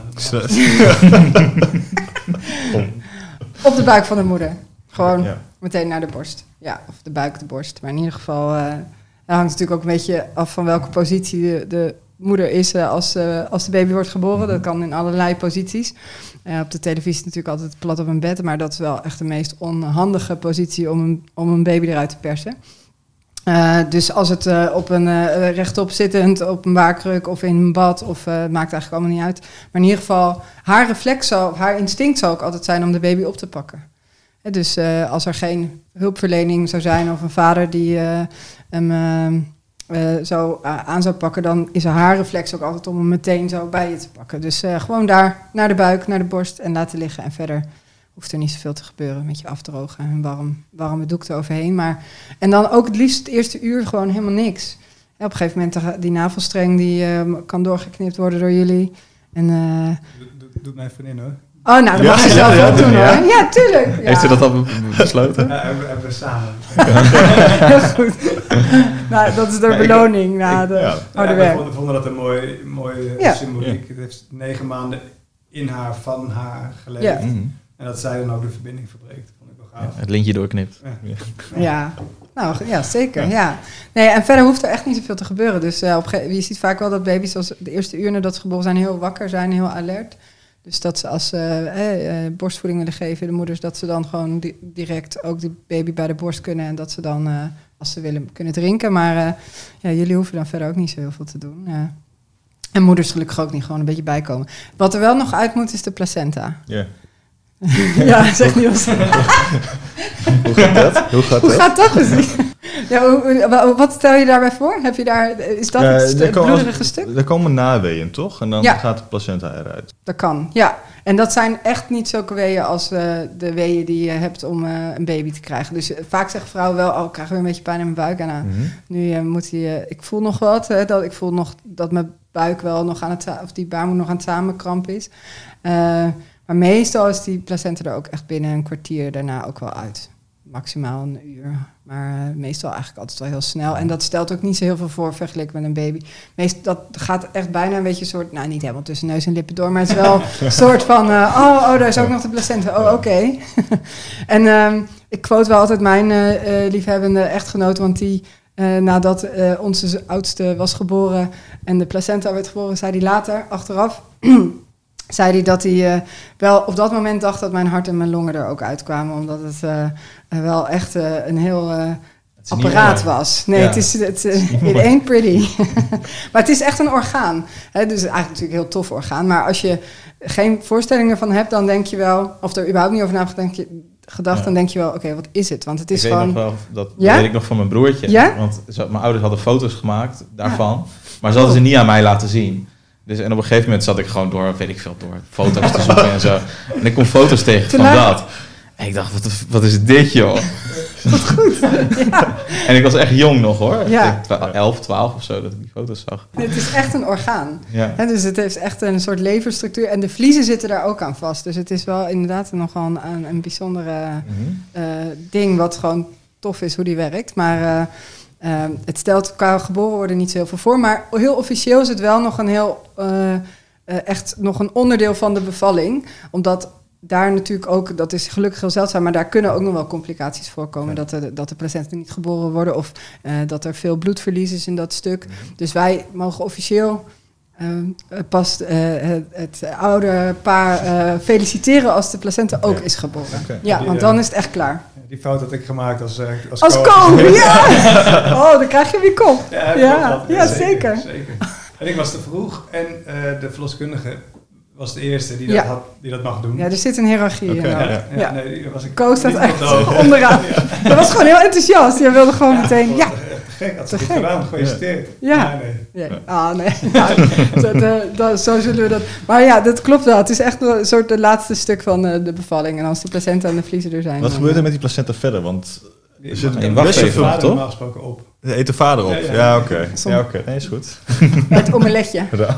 op de buik van de moeder. Gewoon Ja. meteen naar de borst. Ja, of de buik, de borst. Maar in ieder geval, uh, dat hangt natuurlijk ook een beetje af van welke positie de, de moeder is uh, als, uh, als de baby wordt geboren. Dat kan in allerlei posities. Uh, op de televisie natuurlijk altijd plat op een bed, maar dat is wel echt de meest onhandige positie om een, om een baby eruit te persen. Uh, dus als het uh, op een uh, rechtop zittend, op een baarkruk of in een bad, of uh, maakt eigenlijk allemaal niet uit. Maar in ieder geval, haar reflex zou, haar instinct zou ook altijd zijn om de baby op te pakken. He, dus uh, als er geen hulpverlening zou zijn of een vader die uh, hem uh, uh, zo uh, aan zou pakken, dan is haar reflex ook altijd om hem meteen zo bij je te pakken. Dus uh, gewoon daar, naar de buik, naar de borst en laten liggen. En verder hoeft er niet zoveel te gebeuren met je afdrogen en warm, warme doek eroverheen. Maar, en dan ook het liefst het eerste uur gewoon helemaal niks. Ja, op een gegeven moment die navelstreng die uh, kan doorgeknipt worden door jullie. En, uh, Doet doe, doe mijn vriendin hoor. oh, nou, dat Ja, mag je ja, zelf ja, ook doen ja. hoor. Ja, tuurlijk. Ja. Heeft ze dat al besloten? Ja, hebben, hebben we samen. Heel goed. Nou, dat is de Ja, ik- beloning na ik- de ja. harde Ja, werk. we vonden, vonden dat een mooi, mooie Ja. symboliek. Het heeft negen maanden in haar, van haar geleefd. Ja. Mhm. En dat zij dan ook de verbinding verbreekt, vond ik wel gaaf. Het lintje doorknipt. Ja. Ja, nou ja, zeker. Ja. Ja. Nee, en verder hoeft er echt niet zoveel te gebeuren. Dus uh, op ge- je ziet vaak wel dat baby's als de eerste uur nadat ze geboren zijn heel wakker zijn, heel alert. Dus dat ze als ze uh, uh, borstvoeding willen geven, de moeders, dat ze dan gewoon di- direct ook die baby bij de borst kunnen. En dat ze dan, uh, als ze willen, kunnen drinken. Maar uh, ja, jullie hoeven dan verder ook niet zo heel veel te doen. Ja. En moeders gelukkig ook niet, gewoon een beetje bijkomen. Wat er wel nog uit moet, is de placenta. Ja. Ja, zeg Niels. Hoe gaat dat? Hoe gaat Hoe dat? gaat dat precies? Ja, hoe- hoe- wa- wat stel je daarbij voor? Heb je daar, is dat Ja, het, st- er het komen- bloederige stuk? Er komen naweeën, toch? En dan Ja. gaat de placenta eruit. Dat kan, ja. En dat zijn echt niet zulke weeën als uh, de weeën die je hebt om uh, een baby te krijgen. Dus uh, vaak zeggen vrouwen wel, oh, ik krijg weer een beetje pijn in mijn buik. En uh, Mhm. nu uh, moet hij, uh, ik voel nog wat, hè, dat, ik voel nog dat mijn buik wel nog aan het, za- of die baarmoeder nog aan het samenkrampen is. Uh, maar meestal is die placenta er ook echt binnen een kwartier daarna ook wel uit. Maximaal een uur. Maar uh, meestal eigenlijk altijd wel heel snel. En dat stelt ook niet zo heel veel voor vergeleken met een baby. Meest, dat gaat echt bijna een beetje een soort, nou niet helemaal tussen neus en lippen door, maar het is wel een soort van, uh, oh, oh, daar is ook nog de placenta. Oh, oké. Okay. En um, ik quote wel altijd mijn uh, uh, liefhebbende echtgenoot, want die, uh, nadat uh, onze oudste was geboren en de placenta werd geboren, zei hij later, achteraf, zei hij dat hij uh, wel op dat moment dacht dat mijn hart en mijn longen er ook uitkwamen. Omdat het uh, wel echt uh, een heel uh, is apparaat niet mooi. was. Nee, Ja. het is het, uh, it ain't pretty. Maar het is echt een orgaan. Hè? Dus eigenlijk natuurlijk een heel tof orgaan. Maar als je geen voorstellingen van hebt, dan denk je wel, of er überhaupt niet over na hebt gedacht, gedacht Ja. dan denk je wel, oké, okay, wat is het? Want het is ik gewoon... weet nog wel, dat, Ja? dat weet ik nog van mijn broertje. Ja? Want zo, mijn ouders hadden foto's gemaakt daarvan. Maar ze hadden ze niet aan mij laten zien. Dus en op een gegeven moment zat ik gewoon door, weet ik veel, door foto's te zoeken en zo. En ik kom foto's tegen Te van laat. dat. En ik dacht, wat, wat is dit, joh? Wat goed. Ja. En ik was echt jong nog hoor. Ja. Ik denk twa- elf, twaalf of zo dat ik die foto's zag. Het is echt een orgaan. Ja. Hè, dus het heeft echt een soort leverstructuur. En de vliezen zitten daar ook aan vast. Dus het is wel inderdaad nogal een, een, een bijzondere Mhm. uh, ding wat gewoon tof is hoe die werkt. Maar uh, uh, het stelt qua geboren worden niet zo heel veel voor. Maar heel officieel is het wel nog een heel uh, uh, echt nog een onderdeel van de bevalling. Omdat daar natuurlijk ook, dat is gelukkig heel zeldzaam, maar daar kunnen ook nog wel complicaties voorkomen. Ja. Dat, de, dat de placenta niet geboren worden of uh, dat er veel bloedverlies is in dat stuk. Mm-hmm. Dus wij mogen officieel uh, pas uh, het, het oude paar uh, feliciteren als de placenta ook ja. is geboren. Okay. Ja, die, want dan uh, is het echt klaar. Die fout had ik gemaakt als uh, als, als koning. Ja! Oh, dan krijg je weer kop. Ja, ja, ja, ja zeker, zeker. zeker. En ik was te vroeg en uh, de verloskundige was de eerste die dat, ja. had, die dat mag doen. Ja, er zit een hiërarchie okay, in. Ja, ja, ja. Nee, die was ik Koos staat echt onderaan. Ja. Dat was gewoon heel enthousiast. Je wilde gewoon ja, meteen... Ja, te gek. Had ze goed gedaan. Gefeliciteerd. Ja. Ja. Nee, nee. Ja. Ah, nee. Nou, dat, uh, dat, zo zullen we dat... Maar ja, dat klopt wel. Het is echt een soort de laatste stuk van uh, de bevalling. En als de placenta en de vliezen er zijn... Wat gebeurt er met die placenta verder? Want... Er zit een best veel normaal gesproken op. Eet de vader op? Ja, ja, ja oké. Okay. Ja, oké. Okay. Nee, is goed. Het omeletje. Ja.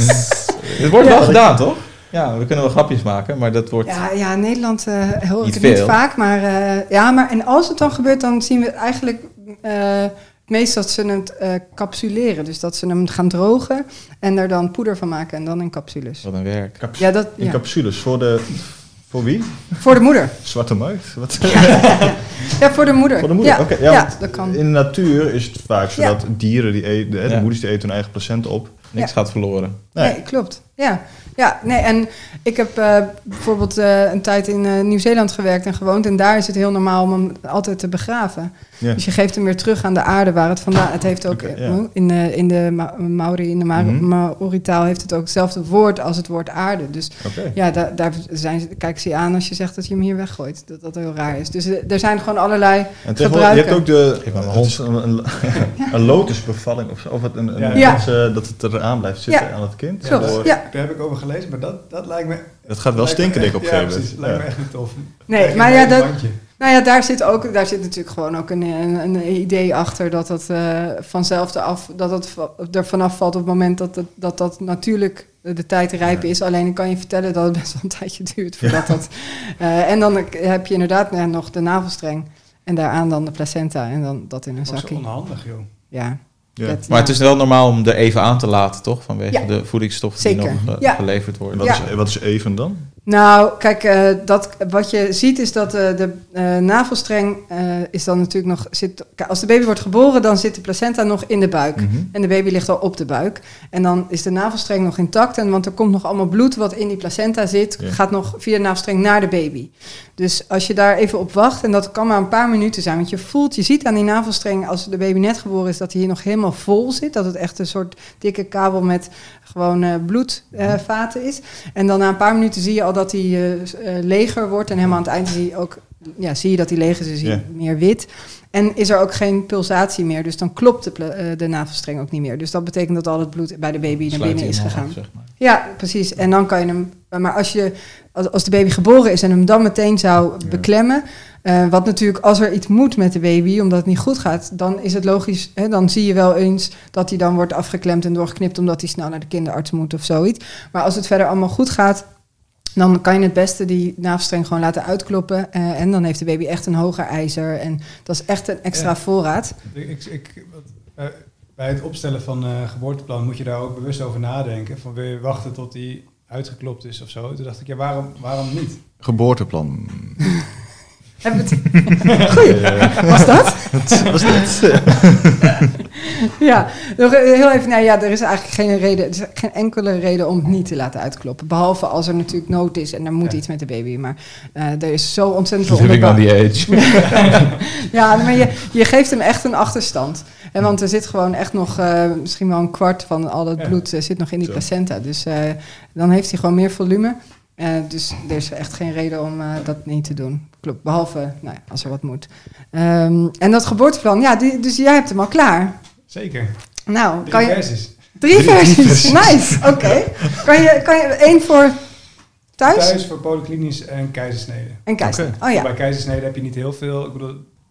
Het wordt wel ja. gedaan, toch? Ja, we kunnen wel grapjes maken, maar dat wordt... Ja, ja in Nederland uh, hoor ik het veel. niet vaak, maar... Uh, ja, maar en als het dan gebeurt, dan zien we eigenlijk... Uh, meestal dat ze het uh, capsuleren. Dus dat ze hem gaan drogen en er dan poeder van maken en dan in capsules. Wat een werk. Caps- ja, dat, in ja. capsules voor de... Voor wie? Voor de moeder. Zwarte markt? Wat? Ja, voor de moeder. Voor de moeder, ja. oké. Okay. Ja, ja, dat kan. In de natuur is het vaak zo ja. dat dieren, die eten, de, de ja. moeders die eten hun eigen placenta op. Niks ja. gaat verloren. Nee, nee klopt. Ja. Ja, nee, en ik heb uh, bijvoorbeeld uh, een tijd in uh, Nieuw-Zeeland gewerkt en gewoond. En daar is het heel normaal om hem altijd te begraven. Ja. Dus je geeft hem weer terug aan de aarde waar het vandaan... Het heeft ook okay, ja. in de, in de Ma- Maori, in de Ma- mm-hmm. Maori-taal heeft het ook hetzelfde woord als het woord aarde. Dus okay. ja, da- daar zijn ze, kijken ze je aan als je zegt dat je hem hier weggooit. Dat dat heel raar is. Dus uh, er zijn gewoon allerlei en gebruiken. Je hebt ook de, een, een, een, ja. een lotusbevalling of zo. Of het een, een, ja. Mens, uh, dat het eraan blijft zitten ja. aan het kind. Ja, door, ja. Daar heb ik over gelezen, maar dat, dat lijkt me... Dat gaat wel stinken, denk ik, op een gegeven moment. Ja, lijkt me echt niet tof. Nee, maar ja, dat, nou ja, daar zit ook, daar zit natuurlijk gewoon ook een, een, een idee achter dat het uh, vanzelf af, dat het er vanaf valt op het moment dat het, dat, dat natuurlijk de tijd rijp is. Ja. Alleen ik kan je vertellen dat het best wel een tijdje duurt voordat ja. dat... Uh, en dan heb je inderdaad uh, nog de navelstreng en daaraan dan de placenta en dan dat in een zakje. Dat is onhandig, joh. Ja. Ja. Het, maar ja. het is wel normaal om er even aan te laten, toch? Vanwege ja. de voedingsstoffen Zeker. die nog uh, ja. geleverd worden. Wat, ja. is, wat is even dan? Nou, kijk, uh, dat, wat je ziet is dat uh, de uh, navelstreng uh, is dan natuurlijk nog... Zit, als de baby wordt geboren, dan zit de placenta nog in de buik. Mm-hmm. En de baby ligt al op de buik. En dan is de navelstreng nog intact. En want er komt nog allemaal bloed wat in die placenta zit... Ja. gaat nog via de navelstreng naar de baby. Dus als je daar even op wacht... en dat kan maar een paar minuten zijn... want je voelt, je ziet aan die navelstreng... als de baby net geboren is, dat hij hier nog helemaal vol zit. Dat het echt een soort dikke kabel met gewoon uh, bloedvaten uh, is. En dan na een paar minuten zie je al dat hij uh, uh, leger wordt. En helemaal aan het eind zie je ook... Ja, zie je dat hij leeg is, dus zie je yeah. meer wit. En is er ook geen pulsatie meer. Dus dan klopt de, pla- uh, de navelstreng ook niet meer. Dus dat betekent dat al het bloed bij de baby naar binnen is gegaan. Af, zeg maar. Ja, precies. En dan kan je hem... Maar als, je, als de baby geboren is en hem dan meteen zou ja. beklemmen... Uh, wat natuurlijk, als er iets moet met de baby, omdat het niet goed gaat... dan is het logisch, hè, dan zie je wel eens dat hij dan wordt afgeklemd en doorgeknipt... omdat hij snel naar de kinderarts moet of zoiets. Maar als het verder allemaal goed gaat... dan kan je het beste die navelstreng gewoon laten uitkloppen. Uh, en dan heeft de baby echt een hoger ijzer. En dat is echt een extra ja. voorraad. Ik, ik, wat, uh, bij het opstellen van een uh, geboorteplan moet je daar ook bewust over nadenken. Van wil je wachten tot die uitgeklopt is of zo? Toen dacht ik, ja, waarom, waarom niet? Geboorteplan. Heb het... Goeie. Was dat? Was dat? Ja, nog heel even. Nou ja, er is eigenlijk geen reden, er is geen enkele reden om het niet te laten uitkloppen. Behalve als er natuurlijk nood is en er moet ja. iets met de baby. Maar uh, er is zo ontzettend veel Living on the edge. Ja, maar je, je geeft hem echt een achterstand. En want er zit gewoon echt nog uh, misschien wel een kwart van al het bloed uh, zit nog in die zo. placenta. Dus uh, dan heeft hij gewoon meer volume. Uh, dus er is echt geen reden om uh, dat niet te doen. Klopt, behalve nou ja, als er wat moet. Um, en dat geboorteplan, ja, die, dus jij hebt hem al klaar. Zeker. Nou, drie kan je, versies. Drie, drie versies, versies. Nice, oké. Okay. Kan je, kan je één voor thuis? Thuis voor polyklinisch en keizersnede. En keizersnede, okay. Oh ja. Bij keizersnede heb je niet heel veel. Ik bedoel,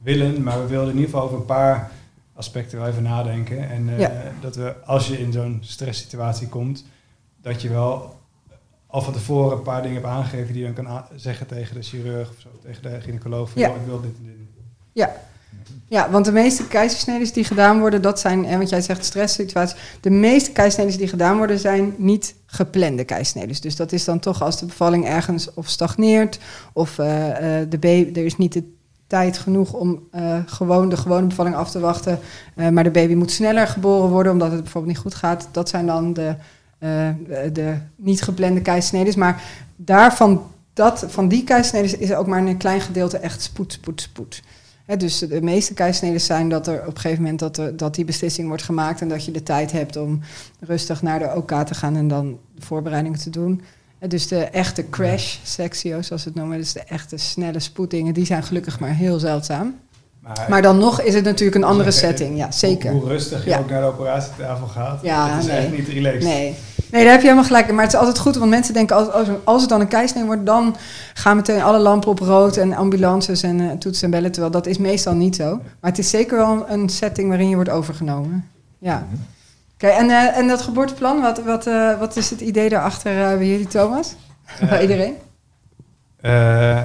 willen, maar we wilden in ieder geval over een paar aspecten wel even nadenken. En uh, Ja. dat we, als je in zo'n stresssituatie komt, dat je wel al van tevoren een paar dingen hebt aangegeven die je dan kan a- zeggen tegen de chirurg of zo, tegen de gynaecoloog. Van, Ja. "Oh, ik wil dit en dit. Ja. Ja, want de meeste keizersneden die gedaan worden, dat zijn, en wat jij zegt, stresssituaties. De meeste keizersneden die gedaan worden, zijn niet geplande keizersneden. Dus dat is dan toch als de bevalling ergens of stagneert, of uh, uh, de baby, er is niet de tijd genoeg om uh, gewoon de gewone bevalling af te wachten, uh, maar de baby moet sneller geboren worden, omdat het bijvoorbeeld niet goed gaat. Dat zijn dan de, uh, de niet geplande keizersneden. Maar daarvan, dat, van die keizersneden is er ook maar een klein gedeelte echt spoed, spoed, spoed. He, dus de meeste keizersneden zijn dat er op een gegeven moment dat, er, dat die beslissing wordt gemaakt en dat je de tijd hebt om rustig naar de O K te gaan en dan de voorbereidingen te doen. He, dus de echte crash-sectio's, zoals we het noemen, dus de echte snelle spoeddingen, die zijn gelukkig maar heel zeldzaam. Maar, Maar dan nog is het natuurlijk een andere Zeggen, setting, ja, zeker. Hoe, hoe rustig je Ja. ook naar de operatietafel gaat, Ja, het is nee. echt niet relaxed. Nee. nee, daar heb je helemaal gelijk in. Maar het is altijd goed, want mensen denken, als, als, als het dan een keisnee wordt, dan gaan meteen alle lampen op rood en ambulances en uh, toetsen en bellen. Terwijl dat is meestal niet zo. Maar het is zeker wel een setting waarin je wordt overgenomen. Ja. Oké, okay, en, uh, en dat geboorteplan, wat, wat, uh, wat is het idee daarachter uh, bij jullie, Thomas? Uh, bij iedereen? Uh,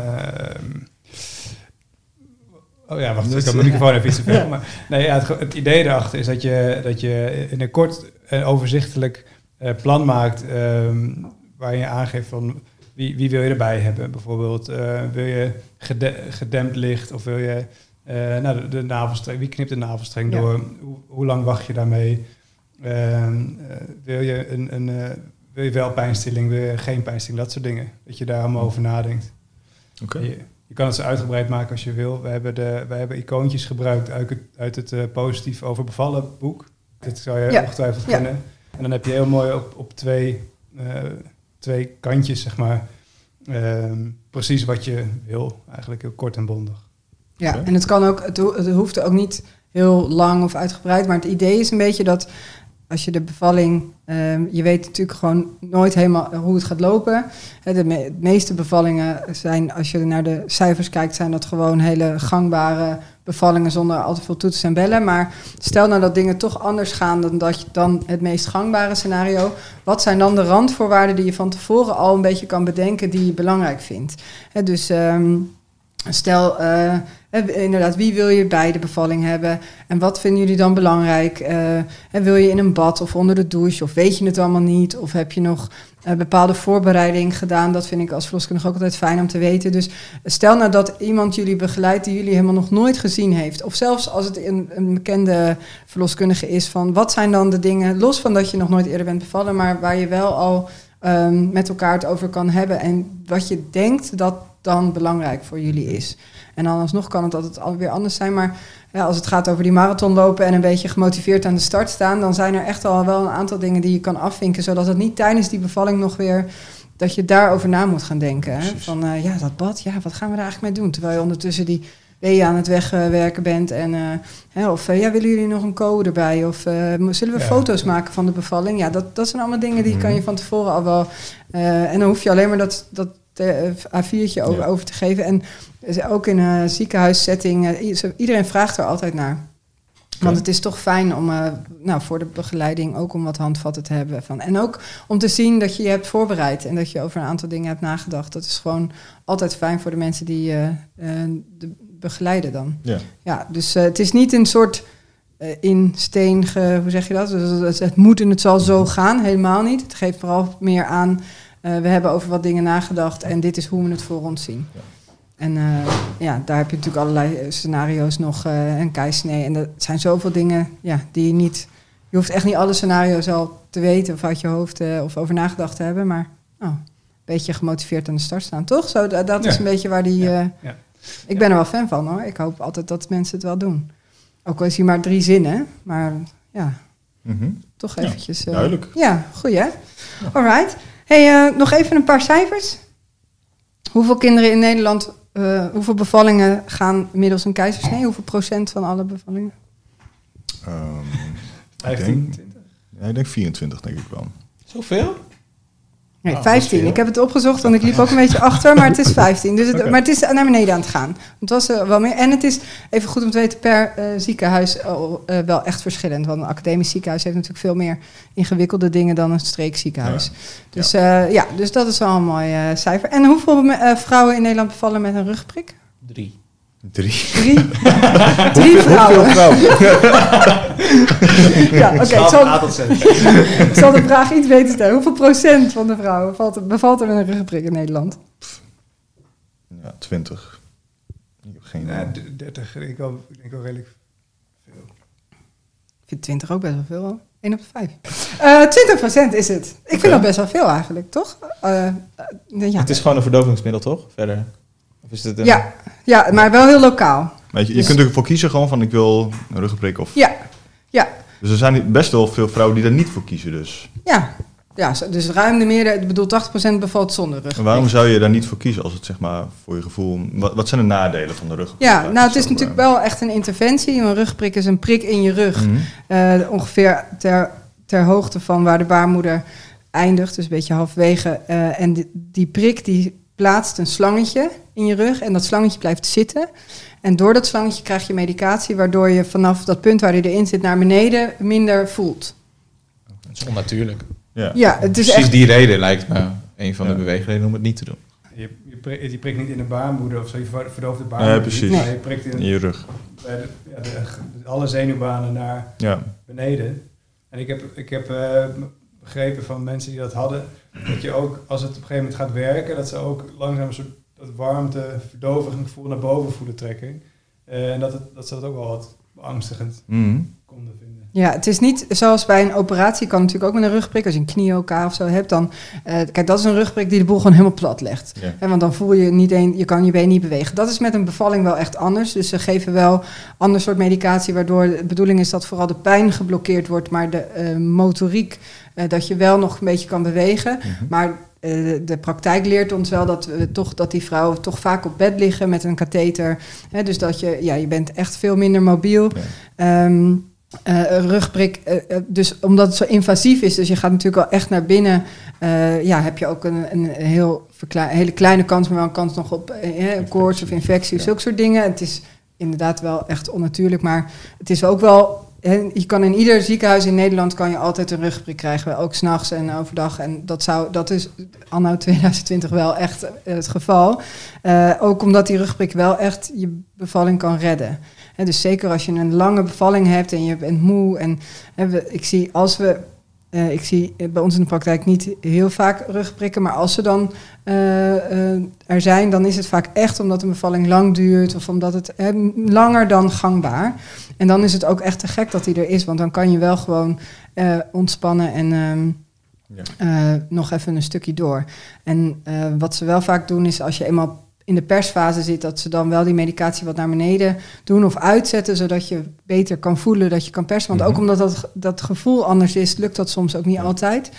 Oh ja, wacht, ik kan mijn microfoon even iets te veel. Maar nee, ja, het, het idee erachter is dat je, dat je in een kort en overzichtelijk uh, plan maakt, um, waarin je aangeeft van wie, wie wil je erbij hebben. Bijvoorbeeld, uh, wil je gede- gedempt licht of wil je uh, nou, de, de navelstreng, wie knipt de navelstreng Ja. door, hoe, hoe lang wacht je daarmee? Uh, uh, wil je een, een uh, wil je wel pijnstilling, wil je geen pijnstilling, dat soort dingen. Dat je daar allemaal over nadenkt. Oké. Okay. Je kan het zo uitgebreid maken als je wil. We hebben, de, we hebben icoontjes gebruikt uit het, uit het uh, Positief over bevallen boek. Dat zou je ja. ongetwijfeld ja. kennen. En dan heb je heel mooi op, op twee, uh, twee kantjes, zeg maar, uh, precies wat je wil. Eigenlijk heel kort en bondig. Ja, okay. En het kan ook, het, ho- het hoeft ook niet heel lang of uitgebreid. Maar het idee is een beetje dat als je de bevalling, um, je weet natuurlijk gewoon nooit helemaal hoe het gaat lopen. De me- meeste bevallingen zijn, als je naar de cijfers kijkt, zijn dat gewoon hele gangbare bevallingen zonder al te veel toetsen en bellen. Maar stel nou dat dingen toch anders gaan dan, dat je, dan het meest gangbare scenario. Wat zijn dan de randvoorwaarden die je van tevoren al een beetje kan bedenken die je belangrijk vindt? He, dus um, stel, uh, inderdaad, wie wil je bij de bevalling hebben? En wat vinden jullie dan belangrijk? Uh, en wil je in een bad of onder de douche? Of weet je het allemaal niet? Of heb je nog uh, bepaalde voorbereiding gedaan? Dat vind ik als verloskundige ook altijd fijn om te weten. Dus stel nou dat iemand jullie begeleidt die jullie helemaal nog nooit gezien heeft. Of zelfs als het een, een bekende verloskundige is van wat zijn dan de dingen, los van dat je nog nooit eerder bent bevallen, maar waar je wel al um, met elkaar het over kan hebben. En wat je denkt dat dan belangrijk voor jullie is. En dan alsnog kan het altijd alweer anders zijn. Maar ja, als het gaat over die marathon lopen en een beetje gemotiveerd aan de start staan, dan zijn er echt al wel een aantal dingen die je kan afvinken, zodat het niet tijdens die bevalling nog weer, dat je daarover na moet gaan denken. Hè? Van uh, ja, dat bad, ja, wat gaan we daar eigenlijk mee doen? Terwijl je ondertussen die weeën aan het wegwerken bent. En, uh, hè, of uh, ja, willen jullie nog een code erbij? Of uh, zullen we ja. foto's maken van de bevalling? Ja, dat, dat zijn allemaal dingen die kan je van tevoren al wel. Uh, en dan hoef je alleen maar dat, dat A viertje over, ja. over te geven. En ook in een ziekenhuissetting, uh, iedereen vraagt er altijd naar. Want het is toch fijn om uh, nou, voor de begeleiding ook om wat handvatten te hebben. Van. En ook om te zien dat je je hebt voorbereid en dat je over een aantal dingen hebt nagedacht. Dat is gewoon altijd fijn voor de mensen die uh, uh, de begeleiden dan. Ja, ja dus uh, het is niet een soort uh, in steen, ge, hoe zeg je dat? Dus het, het moet en het zal zo gaan, helemaal niet. Het geeft vooral meer aan, uh, we hebben over wat dingen nagedacht en dit is hoe we het voor ons zien. Ja. En uh, ja, daar heb je natuurlijk allerlei scenario's nog, uh, een keisnee. En er zijn zoveel dingen ja, die je niet... Je hoeft echt niet alle scenario's al te weten of uit je hoofd uh, of over nagedacht te hebben. Maar oh, een beetje gemotiveerd aan de start staan, toch? Zo, dat dat ja. is een beetje waar die... Uh, ja. Ja. Ik ben er wel fan van, hoor. Ik hoop altijd dat mensen het wel doen. Ook al is hier maar drie zinnen, maar ja, mm-hmm. toch eventjes... Ja, duidelijk. Uh, ja, goed hè? Ja. All right. Hey, uh, nog even een paar cijfers. Hoeveel kinderen in Nederland... Uh, hoeveel bevallingen gaan middels een keizersnee? Hoeveel procent van alle bevallingen? Um, vijftien, twintig? Ja, ik denk vierentwintig, denk ik wel. Zoveel? Nee, Oh, dat is vijftien. veel. Ik heb het opgezocht, want ik liep ook een beetje achter, maar het is vijftien. Dus het, Oké. Maar het is naar beneden aan het gaan. Het was er wel meer. En het is, even goed om te weten, per uh, ziekenhuis al, uh, wel echt verschillend. Want een academisch ziekenhuis heeft natuurlijk veel meer ingewikkelde dingen dan een streekziekenhuis. Ja. Dus ja. Uh, ja, dus dat is wel een mooi uh, cijfer. En hoeveel uh, vrouwen in Nederland bevallen met een rugprik? Drie. Drie. Drie, Drie vrouwen. Ja, oké. Okay, ik, zal, ik zal de vraag iets beter stellen. Hoeveel procent van de vrouwen valt, bevalt er met een ruggenprik in Nederland? Ja, twintig. Ik heb geen idee. Ja, dertig. Ik denk wel, ik denk wel redelijk veel. Ik vind twintig ook best wel veel, hoor. één op de vijf. Uh, twintig procent is het. Ik vind okay. dat best wel veel eigenlijk, toch? Uh, uh, ja. Het is gewoon een verdovingsmiddel, toch? Verder. Of is het een... ja, ja, maar wel heel lokaal. Weet je, je Dus- kunt ervoor kiezen gewoon van ik wil een ruggenprik of... Ja, ja, Dus er zijn best wel veel vrouwen die daar niet voor kiezen dus. ja. Ja, zo- dus ruim de meerderheid, ik bedoel tachtig procent bevalt zonder En ruggenprik. waarom zou je daar niet voor kiezen als het zeg maar voor je gevoel... Wat, wat zijn de nadelen van de ruggenprik? Ja, nou het is Zo, natuurlijk uh, wel echt een interventie. Een rugprik is een prik in je rug. mhm. Uh, ongeveer ter, ter hoogte van waar de baarmoeder eindigt, dus een beetje halfwege. Uh, en die, die prik die plaatst een slangetje in je rug en dat slangetje blijft zitten. En door dat slangetje krijg je medicatie, waardoor je vanaf dat punt waar die erin zit naar beneden minder voelt. Het is onnatuurlijk. Ja. Ja, het is Precies echt... die reden lijkt me een van Ja. de beweegredenen om het niet te doen. Je, je, prikt, je prikt niet in de baarmoeder of zo, je ver- verdooft de baarmoeder. Nee, precies. niet, maar Nee. je prikt in, In je rug. bij de, ja, de, de- alle zenuwbanen naar Ja. beneden. En ik heb, ik heb uh, begrepen van mensen die dat hadden, dat je ook, als het op een gegeven moment gaat werken, dat ze ook langzaam een soort dat warmte, verdoving gevoel naar boven voelen trekken. Uh, en dat, het, dat ze dat ook wel wat beangstigend Mhm. konden vinden. Ja, het is niet zoals bij een operatie, kan natuurlijk ook met een rugprik. Als je een knie-O K of zo hebt, dan... Uh, kijk, dat is een rugprik die de boel gewoon helemaal plat legt. Ja. He, want dan voel je niet een, je kan je been niet bewegen. Dat is met een bevalling wel echt anders. Dus ze geven wel ander soort medicatie, waardoor de bedoeling is dat vooral de pijn geblokkeerd wordt, maar de uh, motoriek, uh, dat je wel nog een beetje kan bewegen. Mhm. Maar uh, de praktijk leert ons wel dat, we toch, dat die vrouwen toch vaak op bed liggen met een katheter. He, dus dat je, ja, je bent echt veel minder mobiel. Ja. Um, Uh, rugprik, uh, uh, dus omdat het zo invasief is, dus je gaat natuurlijk al echt naar binnen, uh, ja, heb je ook een, een heel verkle- hele kleine kans, maar wel een kans nog op uh, koorts of infectie, ja. zulke soort dingen. Het is inderdaad wel echt onnatuurlijk, maar het is ook wel, he, je kan in ieder ziekenhuis in Nederland kan je altijd een rugprik krijgen, ook 's nachts en overdag. En dat zou, dat is anno twintig twintig wel echt uh, het geval. Uh, ook omdat die rugprik wel echt je bevalling kan redden. He, dus zeker als je een lange bevalling hebt en je bent moe. En he, we, ik zie als we, uh, ik zie bij ons in de praktijk niet heel vaak rugprikken, maar als ze dan uh, uh, er zijn, dan is het vaak echt omdat een bevalling lang duurt of omdat het he, langer dan gangbaar. En dan is het ook echt te gek dat die er is, want dan kan je wel gewoon uh, ontspannen en um, ja. uh, nog even een stukje door. En uh, wat ze wel vaak doen is als je eenmaal in de persfase zit, dat ze dan wel die medicatie wat naar beneden doen of uitzetten, zodat je beter kan voelen dat je kan persen. Want Mm-hmm. ook omdat dat, dat gevoel anders is, lukt dat soms ook niet ja. altijd.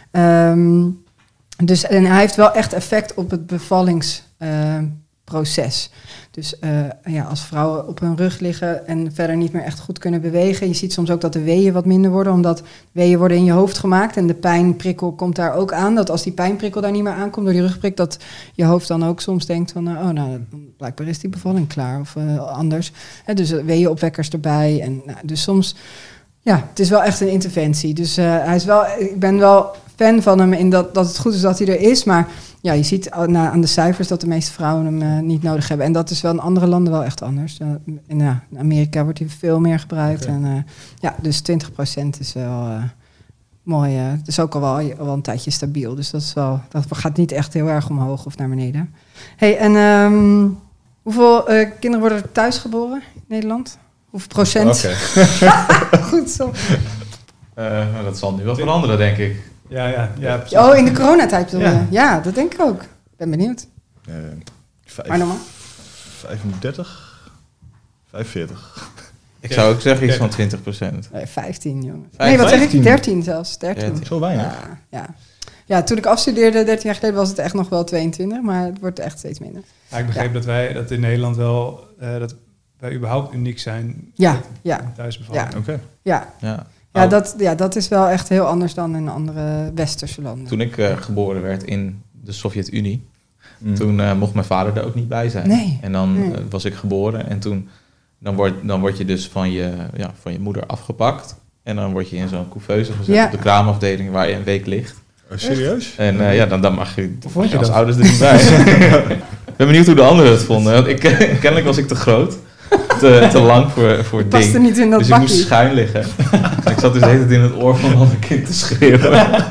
Um, dus, en hij heeft wel echt effect op het bevallingsproces. Uh, dus uh, ja, als vrouwen op hun rug liggen en verder niet meer echt goed kunnen bewegen. Je ziet soms ook dat de weeën wat minder worden, omdat weeën worden in je hoofd gemaakt. En de pijnprikkel komt daar ook aan. Dat als die pijnprikkel daar niet meer aankomt door die rugprik, dat je hoofd dan ook soms denkt van, uh, oh nou, blijkbaar is die bevalling klaar of uh, anders. He, dus weeënopwekkers erbij. En, nou, dus soms, ja, het is wel echt een interventie. Dus uh, hij is wel, ik ben wel fan van hem in dat, dat het goed is dat hij er is, maar ja, je ziet aan de cijfers dat de meeste vrouwen hem uh, niet nodig hebben. En dat is wel in andere landen wel echt anders. Uh, in, ja, in Amerika wordt hij veel meer gebruikt. Okay. En, uh, ja, dus twintig procent is wel uh, mooi. Uh, het is ook al wel, wel een tijdje stabiel. Dus dat, is wel, dat gaat niet echt heel erg omhoog of naar beneden. Hey, en um, hoeveel uh, kinderen worden er thuis geboren in Nederland? Hoeveel procent? Oké. Okay. Goed zo. Uh, nou, dat zal nu wel veranderen, denk ik. Ja, ja, ja. Precies. Oh, in de coronatijd bedoel je? Ja. Ja, dat denk ik ook. Ben benieuwd. Uh, vijf, maar normaal? vijfendertig, vijfenveertig. Ik zou ook zeggen iets van twintig procent. Nee, vijftien, jongen. Vijf, nee, wat vijftien. zeg ik? dertien zelfs. dertien. dertien. Zo weinig? Ja, ja. ja, toen ik afstudeerde, dertien jaar geleden, was het echt nog wel tweeëntwintig. Maar het wordt echt steeds minder. Ja, ik begreep ja. dat wij dat in Nederland wel, uh, dat wij überhaupt uniek zijn. Ja, met ja. thuisbevalling. Ja. Oké. Okay. Ja. Ja. Ja, Oh. dat, ja, dat is wel echt heel anders dan in andere westerse landen. Toen ik uh, geboren werd in de Sovjet-Unie, Mm. toen uh, mocht mijn vader er ook niet bij zijn. Nee. En dan Nee. uh, was ik geboren en toen dan word, dan word je dus van je, ja, van je moeder afgepakt. En dan word je in zo'n couveuse gezet Ja. op de kraamafdeling waar je een week ligt. Oh, serieus? En uh, ja, dan, dan mag je, Hoe vond je als dat? ouders er niet bij. Ik ben benieuwd hoe de anderen het vonden. Want ik, kennelijk was ik te groot. Te, te lang voor, voor het Past er ding. niet in dat Dus ik bakkie. moest schuin liggen. En ik zat dus de hele tijd in het oor van een ander kind te schreeuwen.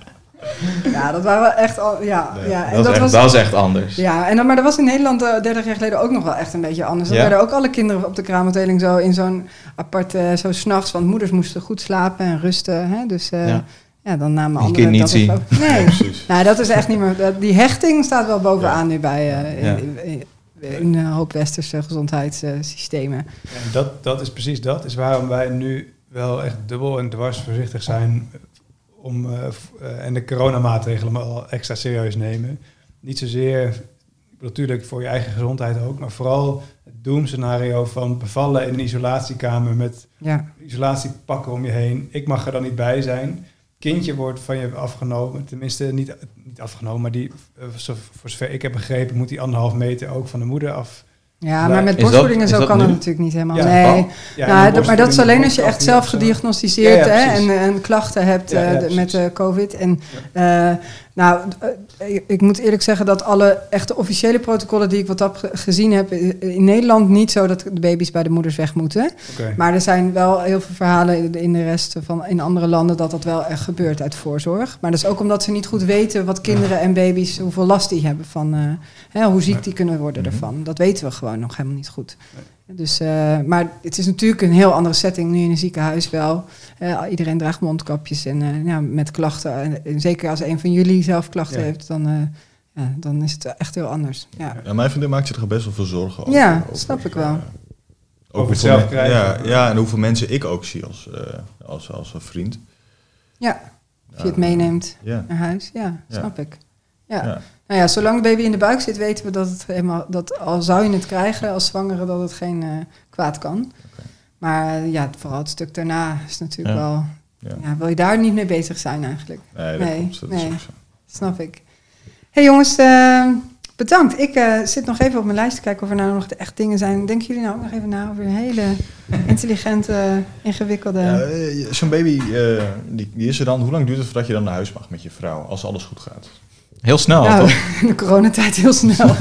Ja, dat waren wel echt al. Ja, Nee, ja. En Dat, dat is echt, was, dat is echt anders. ja, en dan, maar dat was in Nederland uh, dertig jaar geleden ook nog wel echt een beetje anders. Dan Ja? werden ook alle kinderen op de kraamafdeling zo in zo'n apart, uh, zo s'nachts, want moeders moesten goed slapen en rusten. Hè? Dus uh, ja. Ja. dan namen Je anderen kind niet dat zien. ook- Nee, Precies. nou, dat is echt niet meer. dat- Die hechting staat wel bovenaan nu bij uh, Ja. in, in, in een hoop westerse gezondheidssystemen. En dat, dat is precies dat, is waarom wij nu wel echt dubbel en dwars voorzichtig zijn om uh, f- uh, en de coronamaatregelen maar al extra serieus nemen. Niet zozeer, ik bedoel, natuurlijk voor je eigen gezondheid ook, maar vooral het doemscenario van bevallen in een isolatiekamer met Ja. isolatiepakken om je heen. Ik mag er dan niet bij zijn. Kindje wordt van je afgenomen, tenminste niet, niet afgenomen, maar die, uh, zo- voor zover ik heb begrepen, moet die anderhalf meter ook van de moeder af. Ja, Is maar met dat- borstvoeding en is zo dat kan dat nu? natuurlijk niet helemaal. Ja, nee. kan. Ja, Nou, en dat- maar dat is alleen als je echt zelf zo. gediagnosticeerd Ja, ja, hè, precies. en, en klachten hebt Ja, ja, eh, de- met precies. uh, COVID. En eh, nou, uh, ik, ik moet eerlijk zeggen dat alle echte officiële protocollen die ik wat heb ge- gezien heb in in Nederland niet zo dat de baby's bij de moeders weg moeten. Oké. Maar er zijn wel heel veel verhalen in de- in de rest van in andere landen dat dat wel echt gebeurt uit voorzorg. Maar dat is ook omdat ze niet goed weten wat kinderen en baby's hoeveel last die hebben van uh, hè, hoe ziek die kunnen worden Mhm. ervan. Dat weten we gewoon nog helemaal niet goed. Dus, uh, maar het is natuurlijk een heel andere setting nu in een ziekenhuis wel. Uh, iedereen draagt mondkapjes en uh, ja, met klachten. En, en zeker als een van jullie zelf klachten Ja. heeft, dan, uh, ja, dan is het echt heel anders. Ja, Ja, mijn vriendin maakt zich er best wel veel zorgen over. Ja, over, snap ik wel. eh, Over hoeveel het zelf men- krijgen. Ja, ja, en hoeveel mensen ik ook zie als, uh, als, als een vriend. ja, of je het meeneemt Ja. naar huis. Ja, Ja. snap ik. Ja. Ja. Nou ja, zolang de baby in de buik zit, weten we dat het helemaal, dat al zou je het krijgen als zwangere, dat het geen uh, kwaad kan. Oké. Maar uh, ja, vooral het stuk daarna is natuurlijk Ja. wel. Ja. Ja, wil je daar niet mee bezig zijn eigenlijk? Nee, dat Nee, klopt. Dat nee. is ook zo. Snap ik. Hey jongens, uh, bedankt. Ik uh, zit nog even op mijn lijst te kijken of er nou nog de echt dingen zijn. Denken jullie nou ook nog even na over een hele intelligente, ingewikkelde... Ja, eh, zo'n baby, uh, die, die is er dan. Hoe lang duurt het voordat je dan naar huis mag met je vrouw, als alles goed gaat? Heel snel, nou, toch? in de coronatijd heel snel.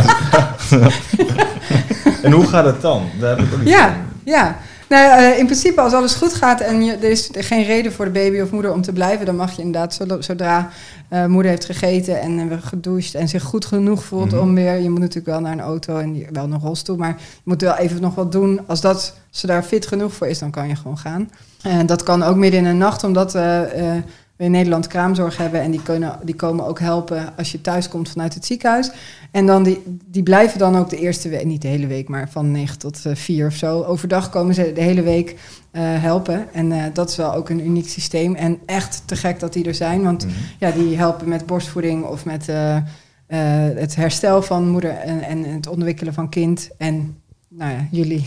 En hoe gaat het dan? Daar heb ik ook niet Ja, van. ja. Nou, uh, in principe als alles goed gaat en je, er is geen reden voor de baby of moeder om te blijven, dan mag je inderdaad zodra uh, moeder heeft gegeten en uh, gedoucht en zich goed genoeg voelt Mm-hmm. om weer, je moet natuurlijk wel naar een auto en die, wel een rolstoel, maar je moet wel even nog wat doen. Als dat, ze daar fit genoeg voor is, dan kan je gewoon gaan. En dat kan ook midden in de nacht, omdat uh, uh, we in Nederland kraamzorg hebben en die, kunnen, die komen ook helpen als je thuis komt vanuit het ziekenhuis. En dan die, die blijven dan ook de eerste week, niet de hele week, maar van negen tot vier of zo. Overdag komen ze de hele week uh, helpen. En uh, dat is wel ook een uniek systeem. En echt te gek dat die er zijn. Want Mm-hmm. ja, die helpen met borstvoeding of met uh, uh, het herstel van moeder en, en het ontwikkelen van kind. En nou ja, jullie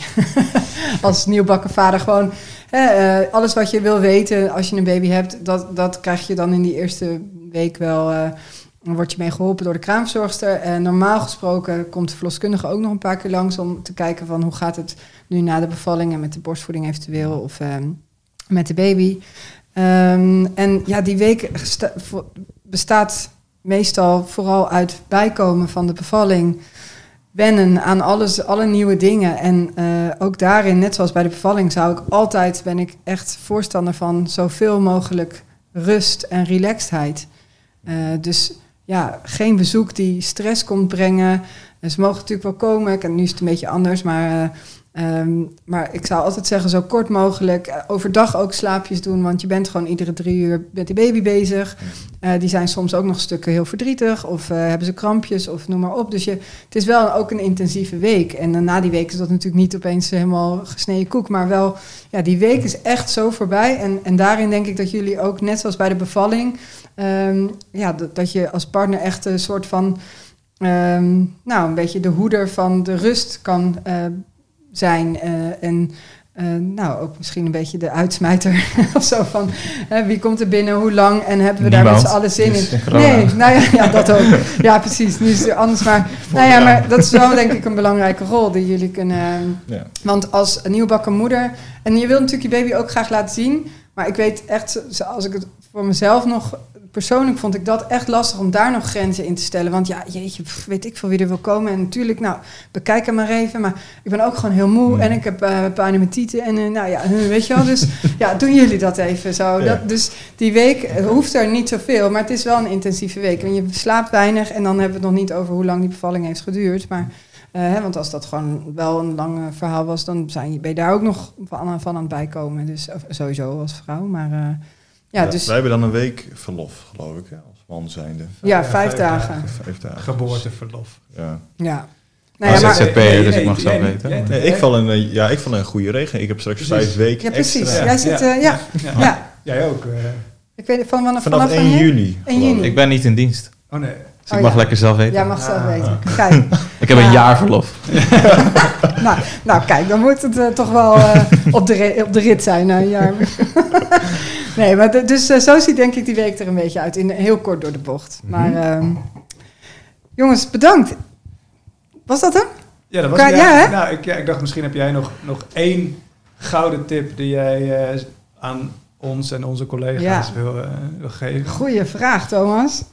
als nieuwbakken vader gewoon hè, uh, alles wat je wil weten als je een baby hebt, dat, dat krijg je dan in die eerste week wel. Uh, Dan word je mee geholpen door de kraamzorgster. En normaal gesproken komt de verloskundige ook nog een paar keer langs om te kijken van hoe gaat het nu na de bevalling en met de borstvoeding eventueel of um, met de baby. Um, en ja, die week gesta- bestaat meestal vooral uit bijkomen van de bevalling, wennen aan alles, alle nieuwe dingen. En uh, ook daarin, net zoals bij de bevalling, zou ik altijd, ben ik echt voorstander van zoveel mogelijk rust en relaxedheid. Uh, dus ja, geen bezoek die stress komt brengen. En ze mogen natuurlijk wel komen. En nu is het een beetje anders, maar, uh, um, maar ik zou altijd zeggen zo kort mogelijk. Uh, overdag ook slaapjes doen, want je bent gewoon iedere drie uur met die baby bezig. Uh, die zijn soms ook nog stukken heel verdrietig of uh, hebben ze krampjes of noem maar op. Dus je, het is wel ook een intensieve week. En uh, na die week is dat natuurlijk niet opeens helemaal gesneden koek, maar wel, ja, die week is echt zo voorbij. En, en daarin denk ik dat jullie ook, net zoals bij de bevalling, Um, ja, dat, dat je als partner echt een soort van, um, nou, een beetje de hoeder van de rust kan uh, zijn. Uh, en uh, nou, ook misschien een beetje de uitsmijter of zo van hè, wie komt er binnen, hoe lang en hebben we Niemand. daar met z'n allen zin Dus in? corona. Nee, nou ja, ja, dat ook. Ja, precies. Nu is het anders, maar, nou ja, maar dat is wel denk ik een belangrijke rol die jullie kunnen. Ja. Want als nieuwbakken moeder, en je wilt natuurlijk je baby ook graag laten zien, maar ik weet echt, als ik het voor mezelf nog persoonlijk vond ik dat echt lastig om daar nog grenzen in te stellen. Want ja, jeetje, pff, weet ik veel wie er wil komen. En natuurlijk, nou, bekijk hem maar even. Maar ik ben ook gewoon heel moe. Mm. En ik heb uh, pijn in mijn tieten. En uh, nou ja, weet je wel. Dus ja, doen jullie dat even zo. Ja. Dat, dus die week hoeft er niet zoveel. Maar het is wel een intensieve week. En je slaapt weinig. En dan hebben we het nog niet over hoe lang die bevalling heeft geduurd. Maar, uh, hè, want als dat gewoon wel een lang uh, verhaal was, dan zijn, ben je daar ook nog van, van aan het bijkomen. Dus sowieso als vrouw. Maar uh, ja, Ja, dus... wij hebben dan een week verlof, geloof ik, ja, als man zijnde. Ja, Ja, vijf, vijf dagen. dagen. Vijf dagen. Geboorteverlof. Ja. Ja. Nou, Nou ja, maar, Z Z P'er, nee, dus nee, ik mag jij zelf niet, weten. jij niet. Nee, ik val in een, ja, ik val in een goede regen. Ik heb straks Precies. vijf weken ja, precies. extra. Jij zit, uh, ja. Ja. Ja. Jij ook. Uh, Ik weet van vanaf, Vanaf, vanaf één wanneer? juli. één geloof juni. ik. Ik ben niet in dienst, oh nee. dus Oh, ik mag ja. lekker zelf weten. Jij mag zelf Ah. weten. Kijk. Ik heb Ja. een jaar verlof. nou, nou, kijk, dan moet het uh, toch wel uh, op, de ri- op de rit zijn. Uh, ja. nee, maar de, dus uh, zo ziet denk ik die week er een beetje uit. In, heel kort door de bocht. Mm-hmm. Maar uh, jongens, bedankt. Was dat hem? Ja, dat was Kan- ja, ja, hè? nou, ik, ja, ik dacht misschien heb jij nog, nog één gouden tip die jij uh, aan ons en onze collega's Ja. wil, uh, wil geven. Goeie vraag, Thomas.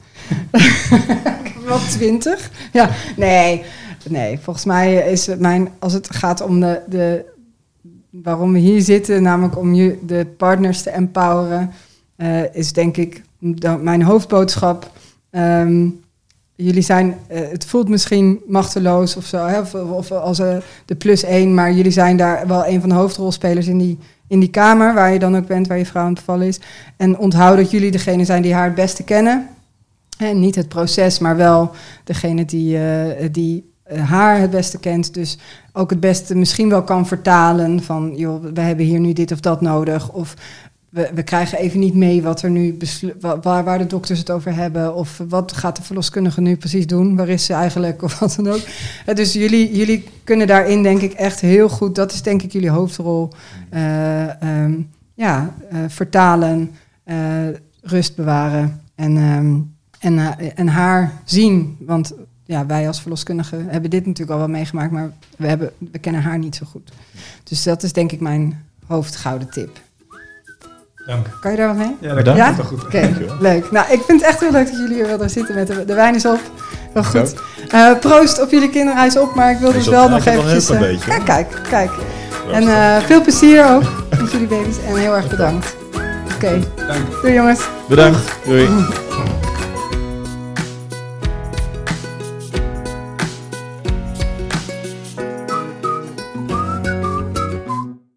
Ik heb wel twintig. Ja, nee, nee. Volgens mij is het mijn, als het gaat om de, de waarom we hier zitten, namelijk om je de partners te empoweren, uh, is denk ik de, mijn hoofdboodschap. Um, jullie zijn, uh, het voelt misschien machteloos of zo, hè, of, of als uh, de plus één, maar jullie zijn daar wel een van de hoofdrolspelers in die, in die kamer, waar je dan ook bent, waar je vrouw aan het bevallen is. En onthoud dat jullie degene zijn die haar het beste kennen. En niet het proces, maar wel degene die, uh, die uh, haar het beste kent. Dus ook het beste misschien wel kan vertalen van, joh, we hebben hier nu dit of dat nodig. Of we, we krijgen even niet mee wat er nu beslu- waar, waar de dokters het over hebben. Of wat gaat de verloskundige nu precies doen? Waar is ze eigenlijk? Of wat dan ook. Uh, dus jullie, jullie kunnen daarin denk ik echt heel goed. Dat is denk ik jullie hoofdrol. Uh, um, ja, uh, vertalen, uh, rust bewaren en... Um, En, uh, en haar zien, want ja, wij als verloskundigen hebben dit natuurlijk al wel meegemaakt, maar we, hebben, we kennen haar niet zo goed. Dus dat is denk ik mijn hoofdgouden tip. Dank. Kan je daar wat mee? Ja, dat Bedankt. komt Ja? toch goed. Oké, Dankjewel. leuk. Nou, ik vind het echt heel leuk dat jullie hier wilden zitten met de, de wijn is op. Wel goed. Uh, proost op jullie kinderreis op, maar ik wilde Hij het is wel op- nog hij heeft eventjes... nog een uh, heel klein ja, kijk, kijk. En uh, veel plezier ook met jullie baby's en heel erg bedankt. Oké, Dank. doei jongens. Bedankt. Doei.